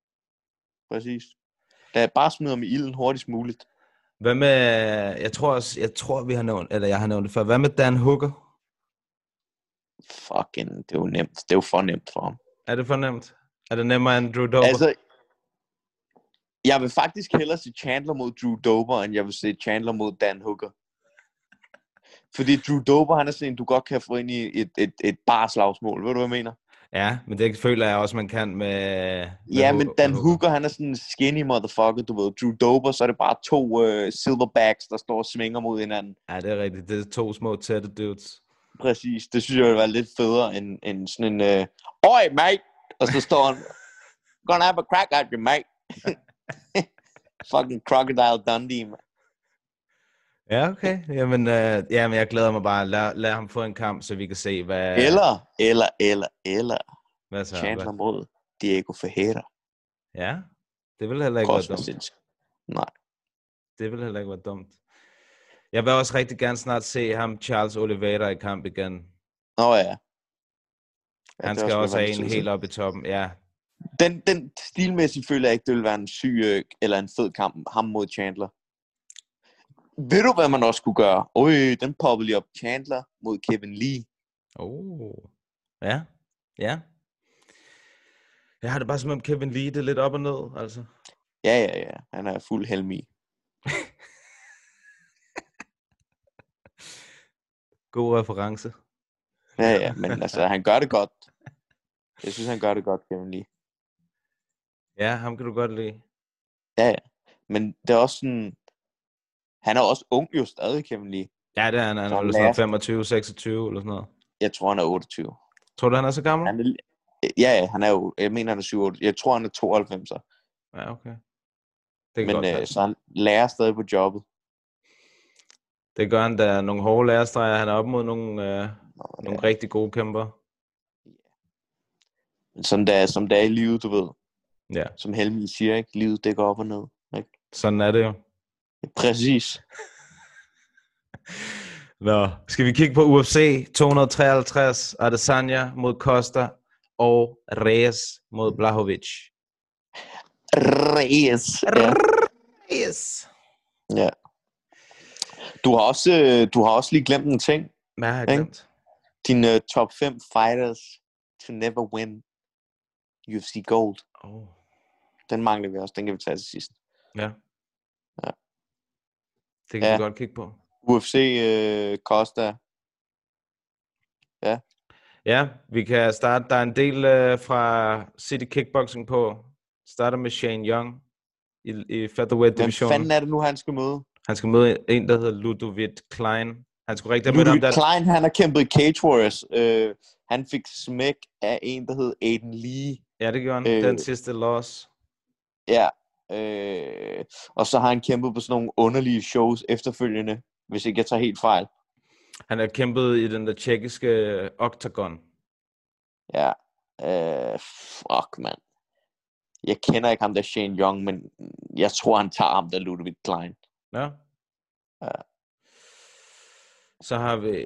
Lad bare smide ham i ilden hurtigst muligt. Hvad med, jeg tror vi har nævnt, eller jeg har nævnt det før, hvad med Dan Hooker? Fucking, det er jo nemt. Det er jo for nemt for ham. Er det for nemt? Er det nemmere end Drew Dober? Altså, jeg vil faktisk hellere se Chandler mod Drew Dober, end jeg vil se Chandler mod Dan Hooker. Fordi Drew Dober, han er sådan en, du godt kan få ind i et barslagsmål. Ved du, hvad jeg mener? Ja, men det føler jeg også, man kan med ja, men Dan Hooker, han er sådan en skinny motherfucker, du ved. Drew Dober, så er det bare to silverbacks, der står og svinger mod hinanden. Ja, det er rigtigt. Det er to små tætte dudes. Præcis. Det synes jeg vil være lidt federe end sådan en... Oi, mate! Og så står han... Gonna have a crack at you, mate. Fucking Crocodile Dundee, man. Ja, okay. Jamen, jeg glæder mig bare. Lad ham få en kamp, så vi kan se, hvad... Eller. Hvad så? Chandler mod Diego Ferreira. Ja, det vil heller ikke være dumt. Nej. Det vil heller ikke være dumt. Jeg vil også rigtig gerne snart se ham, Charles Oliveira, i kamp igen. Ja. Han skal også have en helt op i toppen, ja. Den stilmæssigt føler jeg ikke, det vil være en syg eller en fed kamp, ham mod Chandler. Ved du, hvad man også kunne gøre? Den poppede lige op. Chandler mod Kevin Lee. Ja. Jeg har det bare som om Kevin Lee, det er lidt op og ned, altså. Ja. Han er fuld helmi. God reference. Ja, men altså, han gør det godt. Jeg synes, han gør det godt, Kevin Lee. Ja, ham kan du godt lide. Ja. Men det er også sådan... Han er også ung jo stadig, Kevin Lee. Ja, det er han. Han er sådan 25, 26 eller sådan noget. Jeg tror, han er 28. Tror du, han er så gammel? Ja, han er jo... Jeg mener, han er 27. Jeg tror, han er 92. Ja, okay. Men så han lærer stadig på jobbet. Det gør han, der er nogle hårde lærerstreger. Han er op mod nogle rigtig gode kæmper. Som det er i livet, du ved. Ja. Som Helmi siger, ikke? Livet, det går op og ned. Ikke? Sådan er det jo. Præcis. Nå, skal vi kigge på UFC 253, Adesanya mod Costa og Reyes mod Blachowicz. Reyes. Ja. Du har også lige glemt en ting. Hvad har jeg glemt? Dine top 5 fighters to never win UFC Gold. Den mangler vi også. Den kan vi tage til sidst. Ja. Det kan vi godt kigge på. UFC Costa. Ja. Ja, vi kan starte. Der er en del fra City Kickboxing på. Starter med Shane Young i featherweight-divisionen. Hvem fanden er det nu, han skal møde? Han skal møde en, der hedder Ludovic Klein. Han skulle rigtig have mødt Ludovic Klein, han har kæmpet i Cage Warriors. Han fik smæk af en, der hed Aiden Lee. Ja, det gjorde han. Den sidste loss. Ja. Og så har han kæmpet på sådan nogle underlige shows efterfølgende, hvis ikke jeg tager helt fejl. Han har kæmpet i den der tjekkiske Octagon. Ja. Fuck, mand. Jeg kender ikke ham der Shane Young, men jeg tror, han tager ham der Ludovic Klein. Ja. Så har vi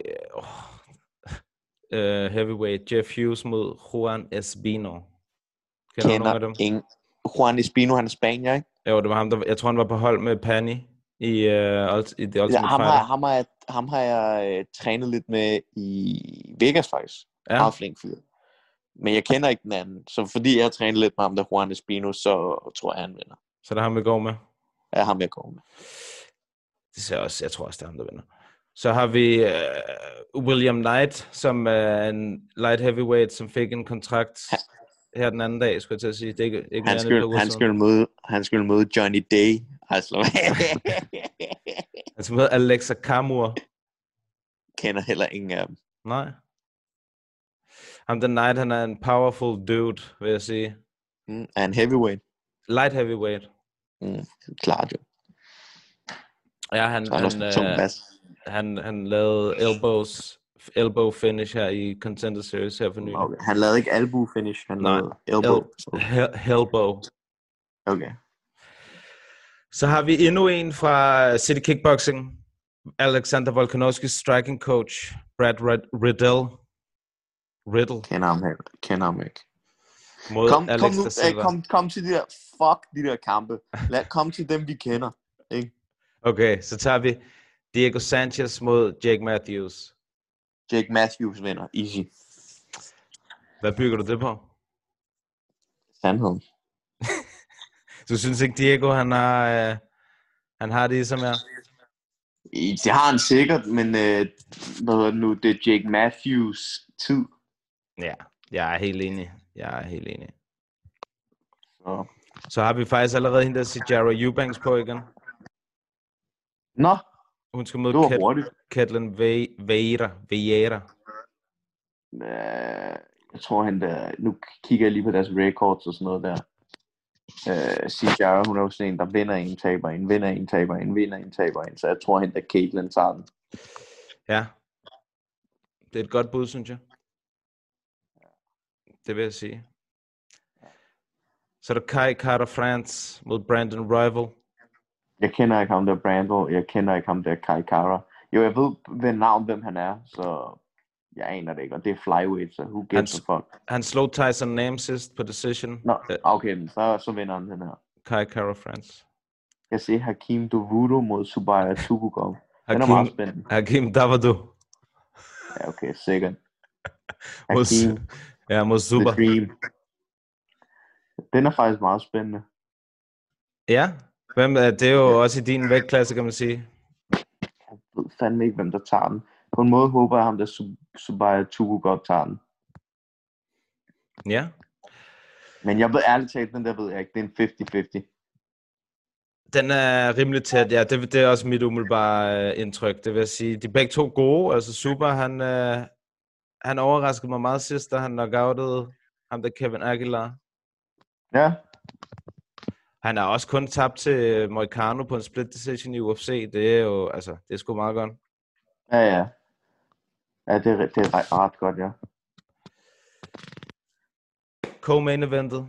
heavyweight Jeff Hughes mod Juan Espino. Kender du nogen af dem? Juan Espino, han er spanier, ikke? Jo, det var ham, jeg tror, han var på hold med Pani i The Ultimate Fighter. Ham har jeg trænet lidt med i Vegas, faktisk. Ja. Meget flink fyr. Men jeg kender ikke den anden. Så fordi jeg har trænet lidt med ham, der Juan Espino, så tror jeg, han vinder. Så det er ham, vi går med? Ja, ham jeg går med. Det ser også, jeg tror også, det er ham, der vinder. Så har vi William Knight, som er en light heavyweight, som fik en kontrakt her den anden dag, skulle jeg til at sige. Det er ikke han skulle møde Johnny Day. Altså. Han skulle møde Alexa Kamur. Kender heller ingen af dem. Nej. Ham den Knight, han er en powerful dude, vil jeg sige. Er en heavyweight? Light heavyweight. Klart jo. Ja, han lavede elbows elbow finish her i Contender Series her for nylig. Okay. Han lavede ikke elbow finish, han Nej. lavede elbow. Hellbow. Okay. Så har vi endnu en fra City Kickboxing. Alexander Volkanovskis striking coach, Brad Riddle. Kender ham ikke. Mod Kom Alex nu, da Silva. kom til de der, de der kampe. Kom til dem, vi kender. Ikke? Okay, så tager vi Diego Sanchez mod Jake Matthews. Jake Matthews vinder. Easy. Hvad bygger du det på? Sandheden. Du synes ikke, Diego, han har det som er? Det har han sikkert, men det er Jake Matthews tid. Ja, jeg er helt enig. Så har vi faktisk allerede hende der Sijara Eubanks på igen. Nå, Hun skal det var møde hurtigt. Ketlin Vieira. Jeg tror nu kigger jeg lige på deres records og sådan noget der. Sijara, hun er jo sådan en, der vinder en, taber en, vinder en, taber en, vinder en, taber en. Så jeg tror hende, at Caitlin tager den. Ja. Det er et godt bud, synes jeg. Det vil jeg sige. Så er der Kai Carter France mod Brandon Rival. Jeg kender ikke ham der Brandon, jeg kender ikke ham der Kai Kara. Jo, jeg ved ved navn, hvem han er, så jeg aner det ikke, og det er flyweight, så who gives a fuck. Han slog Tyson Nam sidst på decision. Nå, okay, men så vinder han den her. Kai Kara France. Jeg ser Hakeem Davuto mod Subaya Tukhugov. Den er meget spændende. Hakeem Davuto. Ja, okay, sikkert. Mod Super. The Dream. Den er faktisk meget spændende. Ja, det er jo også i din vægtklasse, kan man sige. Jeg ved fandme ikke, hvem der tager den. På en måde håber jeg ham, der Subaya Tukhugov tager den. Ja. Men jeg ved ærligt talt, den der ved jeg ikke. Det er en 50-50. Den er rimelig tæt, ja. Det er også mit umiddelbare indtryk. Det vil jeg sige. De er begge to gode. Altså Super, han overraskede mig meget sidst, da han knockoutede ham der Kevin Aguilar. Ja. Han har også kun tabt til Moicano på en split decision i UFC. Det er jo, altså, det er sgu meget godt. Ja. Ja, det er ret godt, ja. Co-main eventet.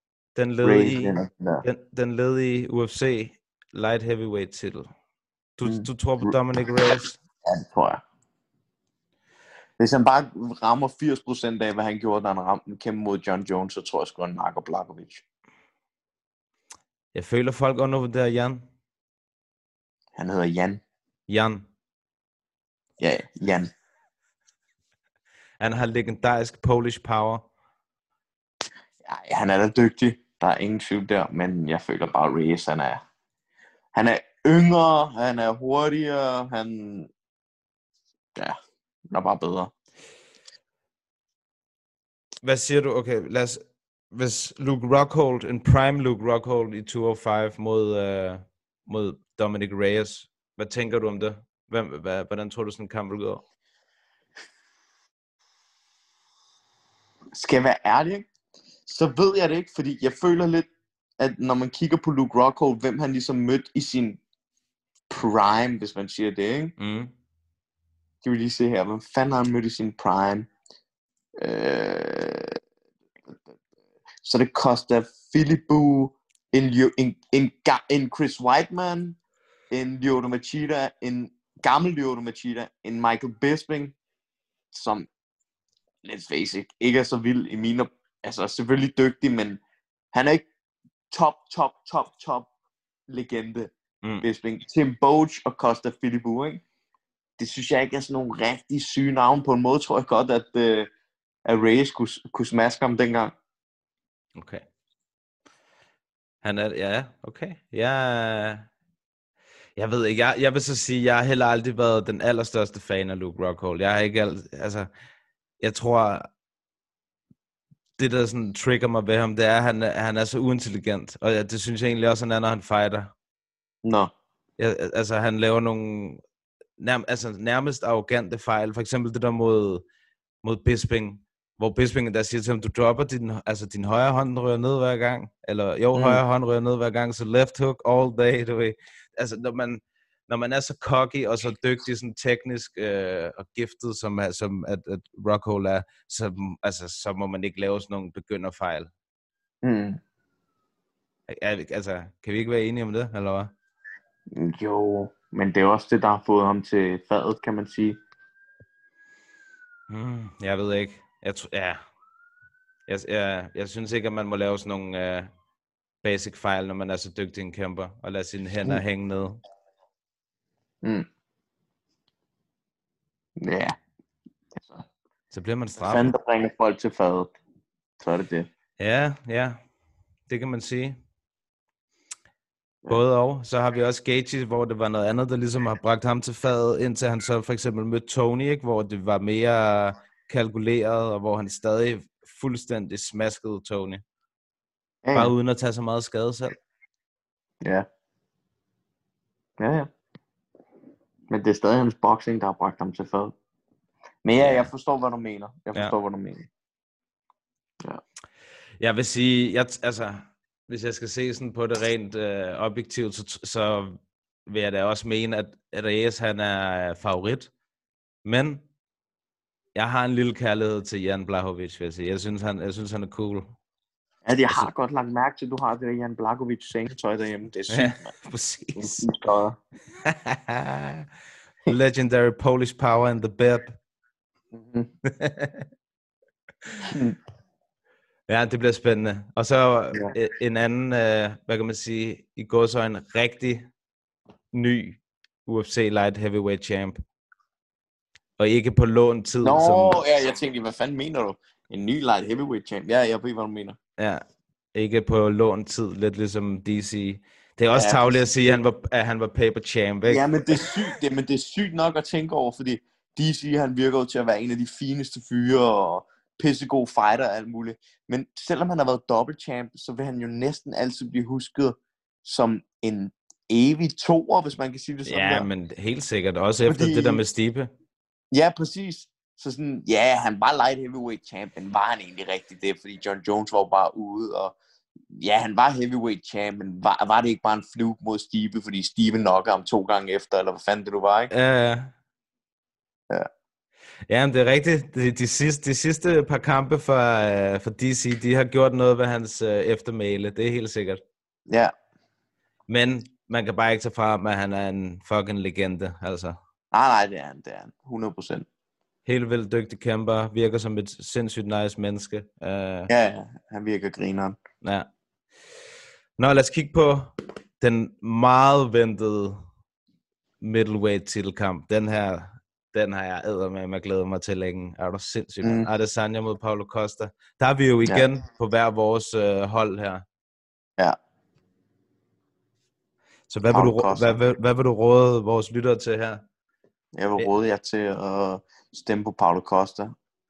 Den led i UFC light heavyweight titel. Du tror på Dominic Reyes? Ja, det tror jeg. Hvis han bare rammer 80% af, hvad han gjorde, da han ramte den kæmpe mod John Jones, så tror jeg sgu, han nakker Blachowicz. Jeg føler folk undervurderer Jan. Han hedder Jan. Jan. Ja, Jan. Han har legendarisk Polish power. Ja, han er da dygtig. Der er ingen tvivl der, men jeg føler bare, at Reyes, han er yngre, han er hurtigere, han er bare bedre. Hvad siger du? Okay, hvis Luke Rockhold, en prime Luke Rockhold i 205 mod Dominic Reyes, hvad tænker du om det? Hvordan tror du sådan en kamp vil gå? Skal jeg være ærlig, så ved jeg det ikke, fordi jeg føler lidt, at når man kigger på Luke Rockhold, hvem han ligesom mødte i sin prime, hvis man siger det, ikke? Mm. Skal vi lige se her, hvem fanden har han mødt i sin prime? Så det koster Filibu, en Chris Weidman, en Lyoto Machida, en gammel Lyoto Machida, en Michael Bisping, som, let's face it, ikke er så vild i mine, altså selvfølgelig dygtig, men han er ikke top legende, Bisping. Tim Boach og Costa Filibu, ikke? Det synes jeg ikke er sådan nogle rigtig syge navn. På en måde tror jeg godt, at Reyes kunne smaske ham dengang. Okay. Han er, ja, okay. Jeg ved ikke, jeg vil så sige, jeg har heller aldrig været den allerstørste fan af Luke Rockhold. Jeg har ikke altså, jeg tror, det der sådan trigger mig ved ham, det er, at han er så uintelligent. Og det synes jeg egentlig også, han er, når han fighter. Nå. Altså, han laver nogle nærmest arrogante fejl. For eksempel det der mod Bisping, hvor Bisping der siger til ham, du dropper din højre hånd rører ned hver gang. Eller højre hånd rører ned hver gang, så left hook all day, du ved. Altså, når man er så cocky og så dygtig, sådan teknisk og giftet, som at Rockhold er, så må man ikke lave sådan nogle begynderfejl. Altså, kan vi ikke være enige om det, eller hvad? Jo, men det er også det, der har fået ham til fadet, kan man sige. Jeg ved ikke. Jeg synes ikke, at man må lave sådan nogle basic fejl, når man er så dygtig en kæmper, og lade sine hænder hænge ned. Ja. Altså, så bliver man straffet. Fanden, der bringer folk til fadet. Så er det det. Ja. Det kan man sige. Både og. Så har vi også Gaethje, hvor det var noget andet, der ligesom har bragt ham til fadet, indtil han så for eksempel mødte Tony, ikke? Hvor det var mere kalkuleret, og hvor han stadig fuldstændig smaskede Tony. Bare uden at tage så meget skade selv. Ja. Men det er stadig hans boxing, der har bragt ham til fadet. Men ja, jeg forstår, hvad du mener. Ja. Jeg vil sige, hvis jeg skal se sådan på det rent objektivt, så vil jeg da også mene, at Reyes, han er favorit. Men jeg har en lille kærlighed til Jan Blachowicz, vil jeg sige. Jeg synes, han er cool. Ja, jeg har godt lagt mærke til, at du har det der Jan Blachowicz sengetøj derhjemme. Det er sygt, ja, præcis. Legendary Polish power in the bed. Ja, det bliver spændende. Og så en anden, hvad kan man sige, i går så en rigtig ny UFC Light Heavyweight Champ. Og ikke på lån tid. Jeg tænkte, hvad fanden mener du? En ny Light Heavyweight Champ? Ja, jeg ved, hvad du mener. Ja, ikke på lån tid, lidt ligesom DC. Det er også tarveligt at sige, at han var paper champ, ikke? Ja, men det er sygt nok at tænke over, fordi DC, han virker jo til at være en af de fineste fyre, og pissegod fighter og alt muligt. Men selvom han har været double champ, så vil han jo næsten altid blive husket som en evig toer, hvis man kan sige det sådan. Ja, men helt sikkert. Også efter det der med Stipe. Ja, præcis. Så sådan, ja, han var light heavyweight champ, men var han egentlig rigtig det? Fordi John Jones var jo bare ude, og ja, han var heavyweight champ, men var det ikke bare en fluke mod Stipe, fordi Stipe knockede ham 2 gange efter, eller hvad fanden det du var, ikke? Ja. Ja, men det er rigtigt. De sidste par kampe for DC, de har gjort noget ved hans eftermæle. Det er helt sikkert. Ja. Men man kan bare ikke tage fra, at han er en fucking legende, altså. Nej, det er han. 100%. Helt vildt dygtig kæmper, virker som et sindssygt nice menneske. Ja, han virker grineren. Ja. Nå, lad os kigge på den meget ventede middleweight titelkamp. Den har jeg eddermame glædet mig til længe. Er du sindssygt? Adesanya mod Paulo Costa. Der er vi jo igen på hver vores hold her. Ja. Så hvad vil du råde vores lyttere til her? Jeg vil råde jer til at stemme på Paulo Costa.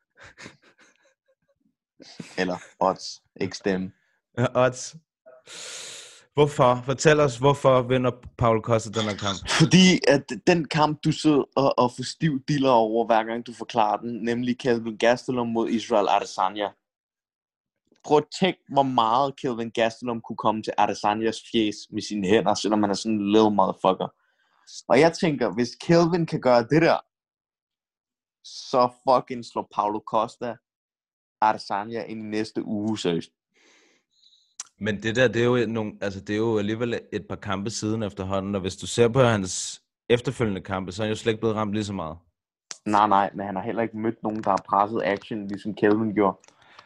Eller odds. Ikke stemme. Odds. Hvorfor? Fortæl os, hvorfor vinder Paulo Costa den her kamp? Fordi at den kamp, du sidder og får stiv diller over, hver gang du forklarer den, nemlig Kelvin Gastelum mod Israel Adesanya. Prøv at tænke, hvor meget Kelvin Gastelum kunne komme til Adesanyas fjes med sine hænder, selvom han er sådan en little motherfucker. Og jeg tænker, hvis Kelvin kan gøre det der, så fucking slår Paulo Costa Adesanya ind i næste uge, seriøst. Men det der, det er jo alligevel et par kampe siden efterhånden, og hvis du ser på hans efterfølgende kampe, så er han jo slet ikke blevet ramt lige så meget. Nej, men han har heller ikke mødt nogen, der har presset action, ligesom Kelvin gjorde.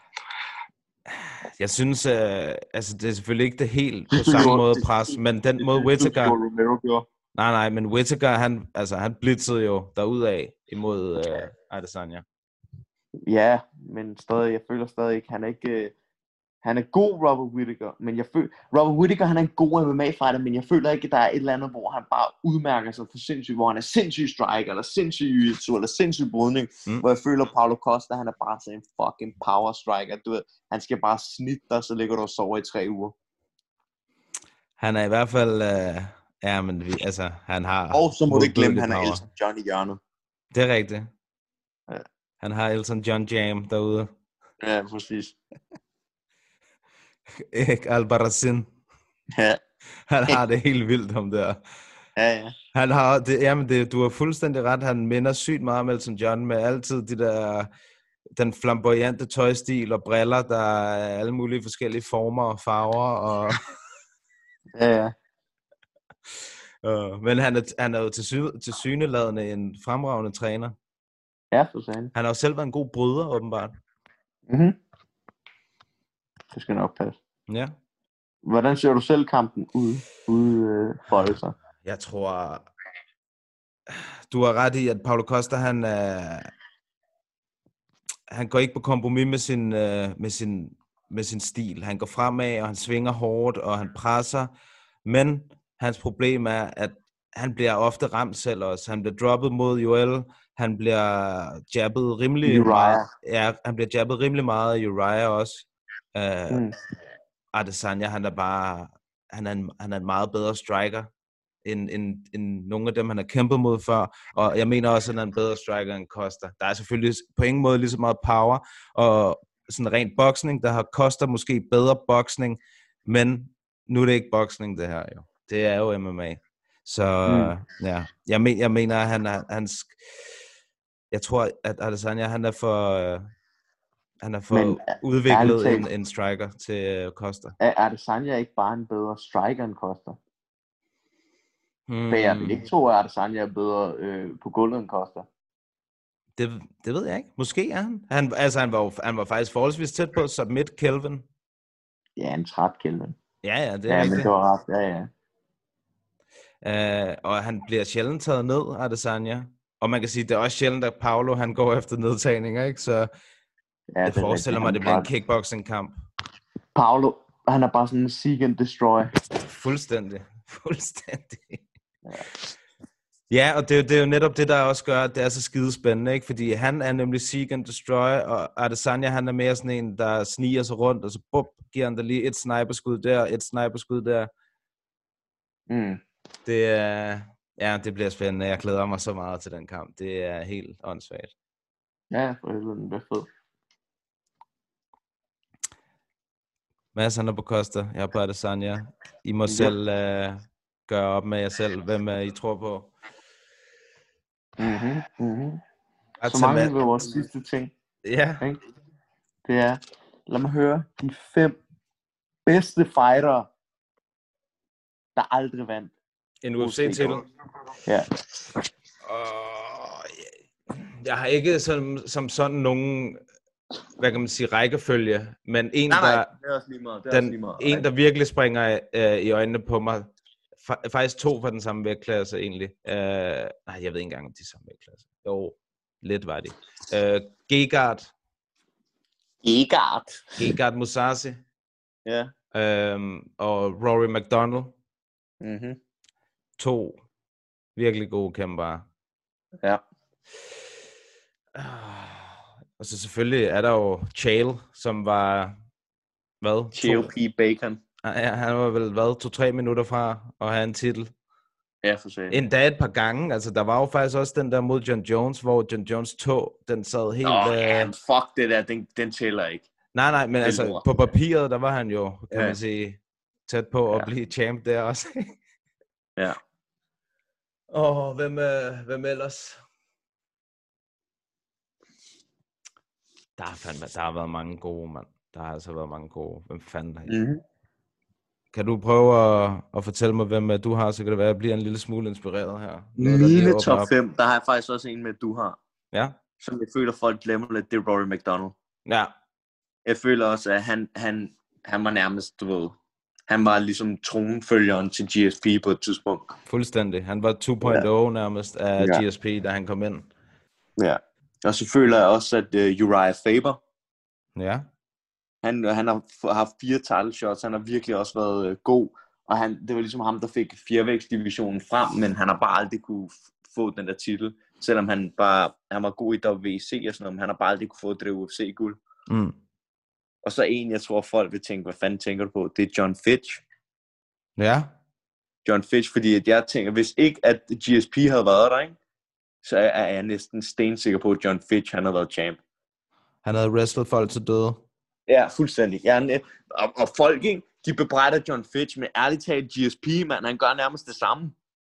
Jeg synes, det er selvfølgelig ikke det helt på samme måde pres, men den måde Whittaker... Nej, men Whittaker, han blitzede jo derudad imod Adesanya. Ja, men stadig, jeg føler stadig ikke, han er god, Robert Whittaker, men Robert Whittaker, han er en god MMA-fighter, men jeg føler ikke, at der er et eller andet, hvor han bare udmærker sig for sindssygt, hvor han er sindssygt striker, eller sindssygt jiu-jitsu, eller sindssygt brydning, hvor jeg føler, Paulo Costa, han er bare sådan en fucking power striker, du ved, han skal bare snitte dig, så ligger du og sover i 3 uger. Han er i hvert fald, han har... Og så må du ikke glemme, han er Elton John i hjørnet. Det er rigtigt. Ja. Han har Elton John Jam derude. Ja, præcis. Ikke Albarazin. Ja. Han har det helt vildt om der. Ja. Han har, du har fuldstændig ret, han minder sygt meget om Elton John, med altid den flamboyante tøjstil og briller, der er alle mulige forskellige former og farver. Og Ja. men han er jo tilsyneladende en fremragende træner. Ja, for sagen. Han har jo selv været en god bryder, åbenbart. Mhm. Det skal nok passe. Ja. Hvordan ser du selv kampen ude folde sig? Jeg tror, du har ret i, at Paulo Costa, han går ikke på kompromis med sin stil. Han går fremad, og han svinger hårdt, og han presser. Men hans problem er, at han bliver ofte ramt selv også. Han bliver droppet mod Joel. Han bliver jabbet rimelig meget. Ja, han bliver jabbet rimelig meget af Uriah også. Adesanya, han er en meget bedre striker end nogle af dem, han har kæmpet mod før. Og jeg mener også, at han er en bedre striker end Costa. Der er selvfølgelig på ingen måde lige så meget power, og sådan rent boksning, der har Costa måske bedre boksning, men nu er det ikke boksning, det her jo. Det er jo MMA. Så ja, jeg mener, at jeg tror, at Adesanya, han er for udviklet en striker til Costa. Er Adesanya ikke bare en bedre striker end Costa? For jeg vil ikke tro, at Adesanya er bedre på gulvet end Costa. Det ved jeg ikke. Måske er han. Han var faktisk forholdsvis tæt på at submit Kelvin. Ja, en træt Kelvin. Ja, det er rigtigt. Men det var ret. Ja. Og han bliver sjældent taget ned, Adesanya. Og man kan sige, det er også sjældent, at Paulo, han går efter nedtagninger, ikke? Så jeg forestiller mig, at det bliver en kickboxing-kamp. Paulo, han er bare sådan en seek and destroy. Fuldstændig. Ja, og det er jo netop det, der også gør, at det er så skidespændende, ikke? Fordi han er nemlig seek and destroy, og Adesanya, han er mere sådan en, der sniger sig rundt, og så giver han der lige et sniperskud der, et sniperskud der. Det bliver spændende. Jeg glæder mig så meget til den kamp. Det er helt åndssvagt. Ja, for helvede, den bliver fed. Mads, han er på Costa. Jeg er på Adesanya. I må selv gøre op med jer selv, hvem I tror på. Så mange ved vores sidste ting. Ja. Det er, lad mig høre, de 5 bedste fightere, der aldrig vandt en UFC-titel? Ja. Jeg har ikke som sådan nogen, hvad kan man sige, rækkefølge, men en, det er også lige meget. En, der virkelig springer i øjnene på mig, faktisk 2 fra den samme vægtklasse egentlig. Jeg ved ikke engang, om de er samme vægtklasse. Jo, lidt var de. Gegard Mousasi. Ja. Og Rory McDonald. 2 virkelig gode kæmpere. Ja. Og så selvfølgelig er der jo Chael, som var Chael P. Bacon. Ja, han var vel 2-3 minutter fra at have en titel. Ja, for sig. Endda et par gange. Altså, der var jo faktisk også den der mod John Jones, hvor John Jones tog, den sad helt... Fuck det der, den tæller ikke. Nej, men altså, på papiret, der var han jo, kan man sige, tæt på at blive champ der også. Ja. Hvem ellers? Der har været mange gode, mand. Der har altså været mange gode. Hvem fanden er I? Kan du prøve at fortælle mig, hvem du har, så kan det være, at jeg bliver en lille smule inspireret her. Mine top 5, der har jeg faktisk også en med, du har. Ja. Som jeg føler, folk glemmer lidt, det er Rory McDonald. Ja. Jeg føler også, at han var nærmest, du ved, han var ligesom tronfølgeren til GSP på et tidspunkt. Fuldstændig. Han var 2.0 nærmest af GSP, da han kom ind. Ja. Og så føler jeg også, at Uriah Faber, ja, han har haft 4 title shots, han har virkelig også været god, og det var ligesom ham, der fik fjervægtsdivisionen frem, men han har bare aldrig kunne få den der titel, selvom han var god i WEC og sådan noget, men han har bare aldrig kunne få det UFC-guld. Og så en, jeg tror folk vil tænke, hvad fanden tænker du på, det er John Fitch. Ja. John Fitch, fordi at jeg tænker, hvis ikke at GSP havde været der, ikke, så er jeg næsten stensikker på, at John Fitch, han havde været champ. Han havde wrestlet folk til døde. Ja, fuldstændig. Og folk, ikke, de bebrejder John Fitch, men ærligt talt, GSP, mand, han gør nærmest det samme.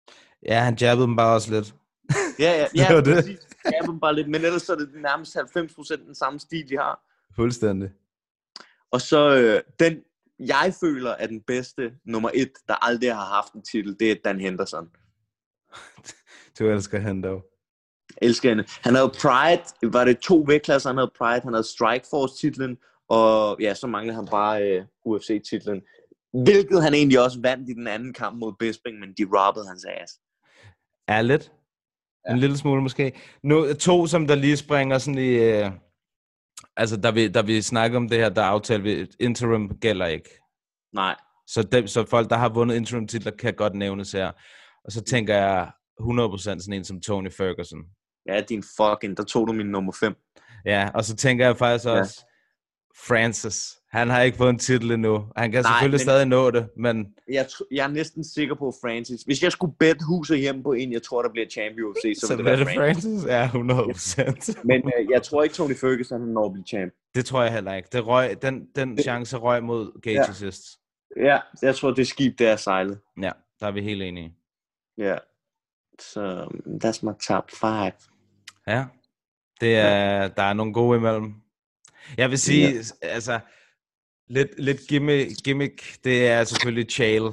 Ja, han jabbede dem bare også lidt. Ja, Det var det. præcis. Ja, men bare lidt, men ellers så er det nærmest 90% den samme stil, de har. Fuldstændig. Og så den, jeg føler er den bedste, nummer 1, der aldrig har haft en titel, det er Dan Henderson. Du elsker han dog. Elsker hende. Han havde Pride, var det 2 vægtklasser, han havde Pride, han havde Strikeforce-titlen, og ja, så manglede han bare UFC-titlen. Hvilket han egentlig også vandt i den anden kamp mod Bisping, men de robbede hans ass. Ja, lidt. Ja. En lille smule måske. Nu, 2, som der lige springer sådan i... altså, da vi snakker om det her, der aftalte vi, interim gælder ikke. Nej. Så folk, der har vundet interim-titler, kan godt nævnes her. Og så tænker jeg 100% sådan en som Tony Ferguson. Ja, din fucking, der tog du min nummer 5. Ja, og så tænker jeg faktisk også Francis. Han har ikke fået en titel endnu. Han kan selvfølgelig stadig nå det, men... Jeg er næsten sikker på Francis. Hvis jeg skulle bet huset hjemme på en, jeg tror, der bliver champion UFC, så ville det være Francis. Ja, 100%. Men jeg tror ikke, Tony Ferguson han når at blive champ. Det tror jeg heller ikke. Den chance røg mod Gaethje sidst. Ja, jeg tror, det skib, det er sejlet. Ja, der er vi helt enige. Ja, så that's my top 5. Ja, der er nogle gode imellem. Jeg vil sige, altså, lidt gimmick, det er selvfølgelig Chael.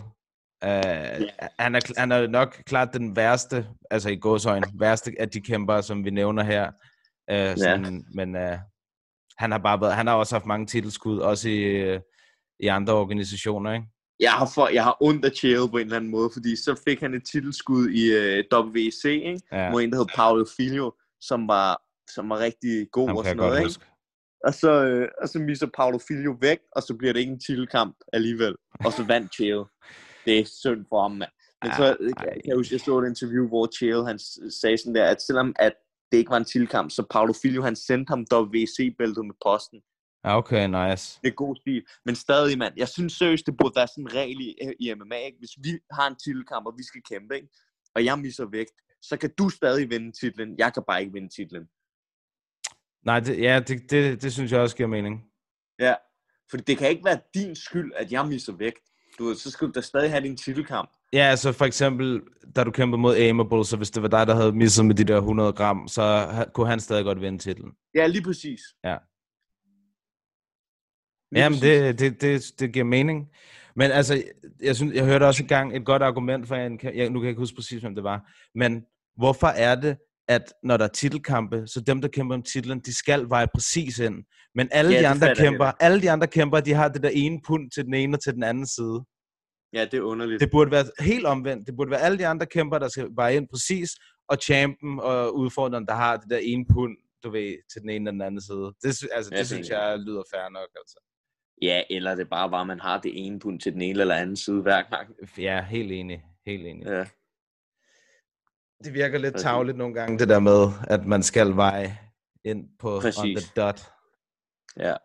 Han er nok klart den værste, altså i gåseøjne, værste af de kæmpere, som vi nævner her. Men han har også haft mange titelskud, også i andre organisationer, ikke? Jeg har ondt af Chael på en eller anden måde, fordi så fik han et titelskud i WEC, ikke? Ja. Mod en, der hed Paulo Filho, som var rigtig god og sådan noget, ikke? Og så misser Paulo Filho væk, og så bliver det ikke en titelkamp alligevel. Og så vandt Chael. Det er synd for ham, mand. Men så kan jeg huske, jeg så et interview, hvor Chael han sagde sådan der, at selvom at det ikke var en titelkamp, så Paulo Filho han sendte ham WEC-bæltet med posten. Okay, nice. Det er god stil. Men stadig, mand, jeg synes seriøst, det burde være sådan en regel i MMA, ikke? Hvis vi har en titelkamp, og vi skal kæmpe, ikke? Og jeg misser vægt, så kan du stadig vinde titlen. Jeg kan bare ikke vinde titlen. Nej, det synes jeg også giver mening. Ja, for det kan ikke være din skyld, at jeg misser vægt. Så skal du da stadig have din titelkamp. Ja, altså for eksempel, da du kæmpede mod Amable, så hvis det var dig, der havde misset med de der 100 gram, så kunne han stadig godt vinde titlen. Ja, lige præcis. Ja. Jamen, det giver mening. Men altså, jeg hørte også engang et godt argument for nu kan jeg ikke huske præcis, hvem det var. Men hvorfor er det, at når der er titelkampe, så dem, der kæmper om titlen, de skal veje præcis ind. Men alle de andre kæmper, de har det der ene pund til den ene og til den anden side. Ja, det er underligt. Det burde være helt omvendt. Det burde være alle de andre kæmper, der skal veje ind præcis, og champion og udfordreren, der har det der ene pund, du ved, til den ene og den anden side. Det synes jeg lyder fair nok, altså. Ja, eller det bare var, at man har det ene pund til den ene eller anden side hver gang. Ja, helt enig. Ja. Det virker lidt tarveligt nogle gange, det der med, at man skal veje ind på on the dot. Ja.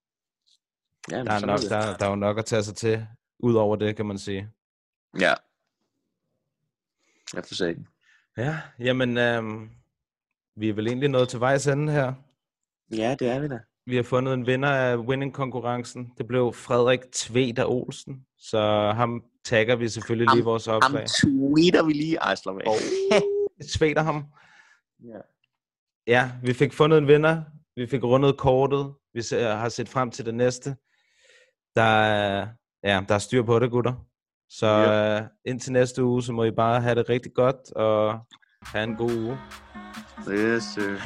Der er jo nok at tage sig til, ud over det, kan man sige. Ja. Jeg får se. Ja, jamen, vi er vel egentlig nået til vejs ende her. Ja, det er vi da. Vi har fundet en vinder af winning-konkurrencen. Det blev Frederik Tveder Olsen. Så ham tagger vi selvfølgelig lige i vores opslag. Ham tweeter vi lige, Ejsler. Tveder ham. Ja. Ja, vi fik fundet en vinder. Vi fik rundet kortet. Vi har set frem til det næste. Der er styr på det, gutter. Så indtil næste uge, så må I bare have det rigtig godt og have en god uge. Yes, sir.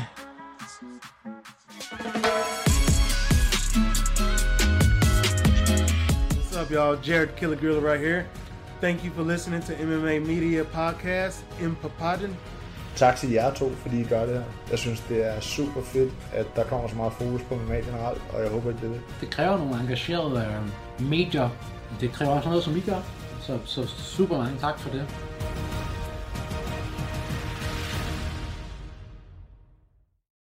What's up, y'all? Jared Killer Gorilla right here. Thank you for listening to MMA Media Podcast in Papadon. Tak til jer to, fordi I gør det her. Jeg synes, det er super fedt, at der kommer så meget fokus på MMA generelt, og jeg håber, at det er det. Det kræver nogle engagerede medier. Det kræver også noget, som I gør. Så super mange tak for det.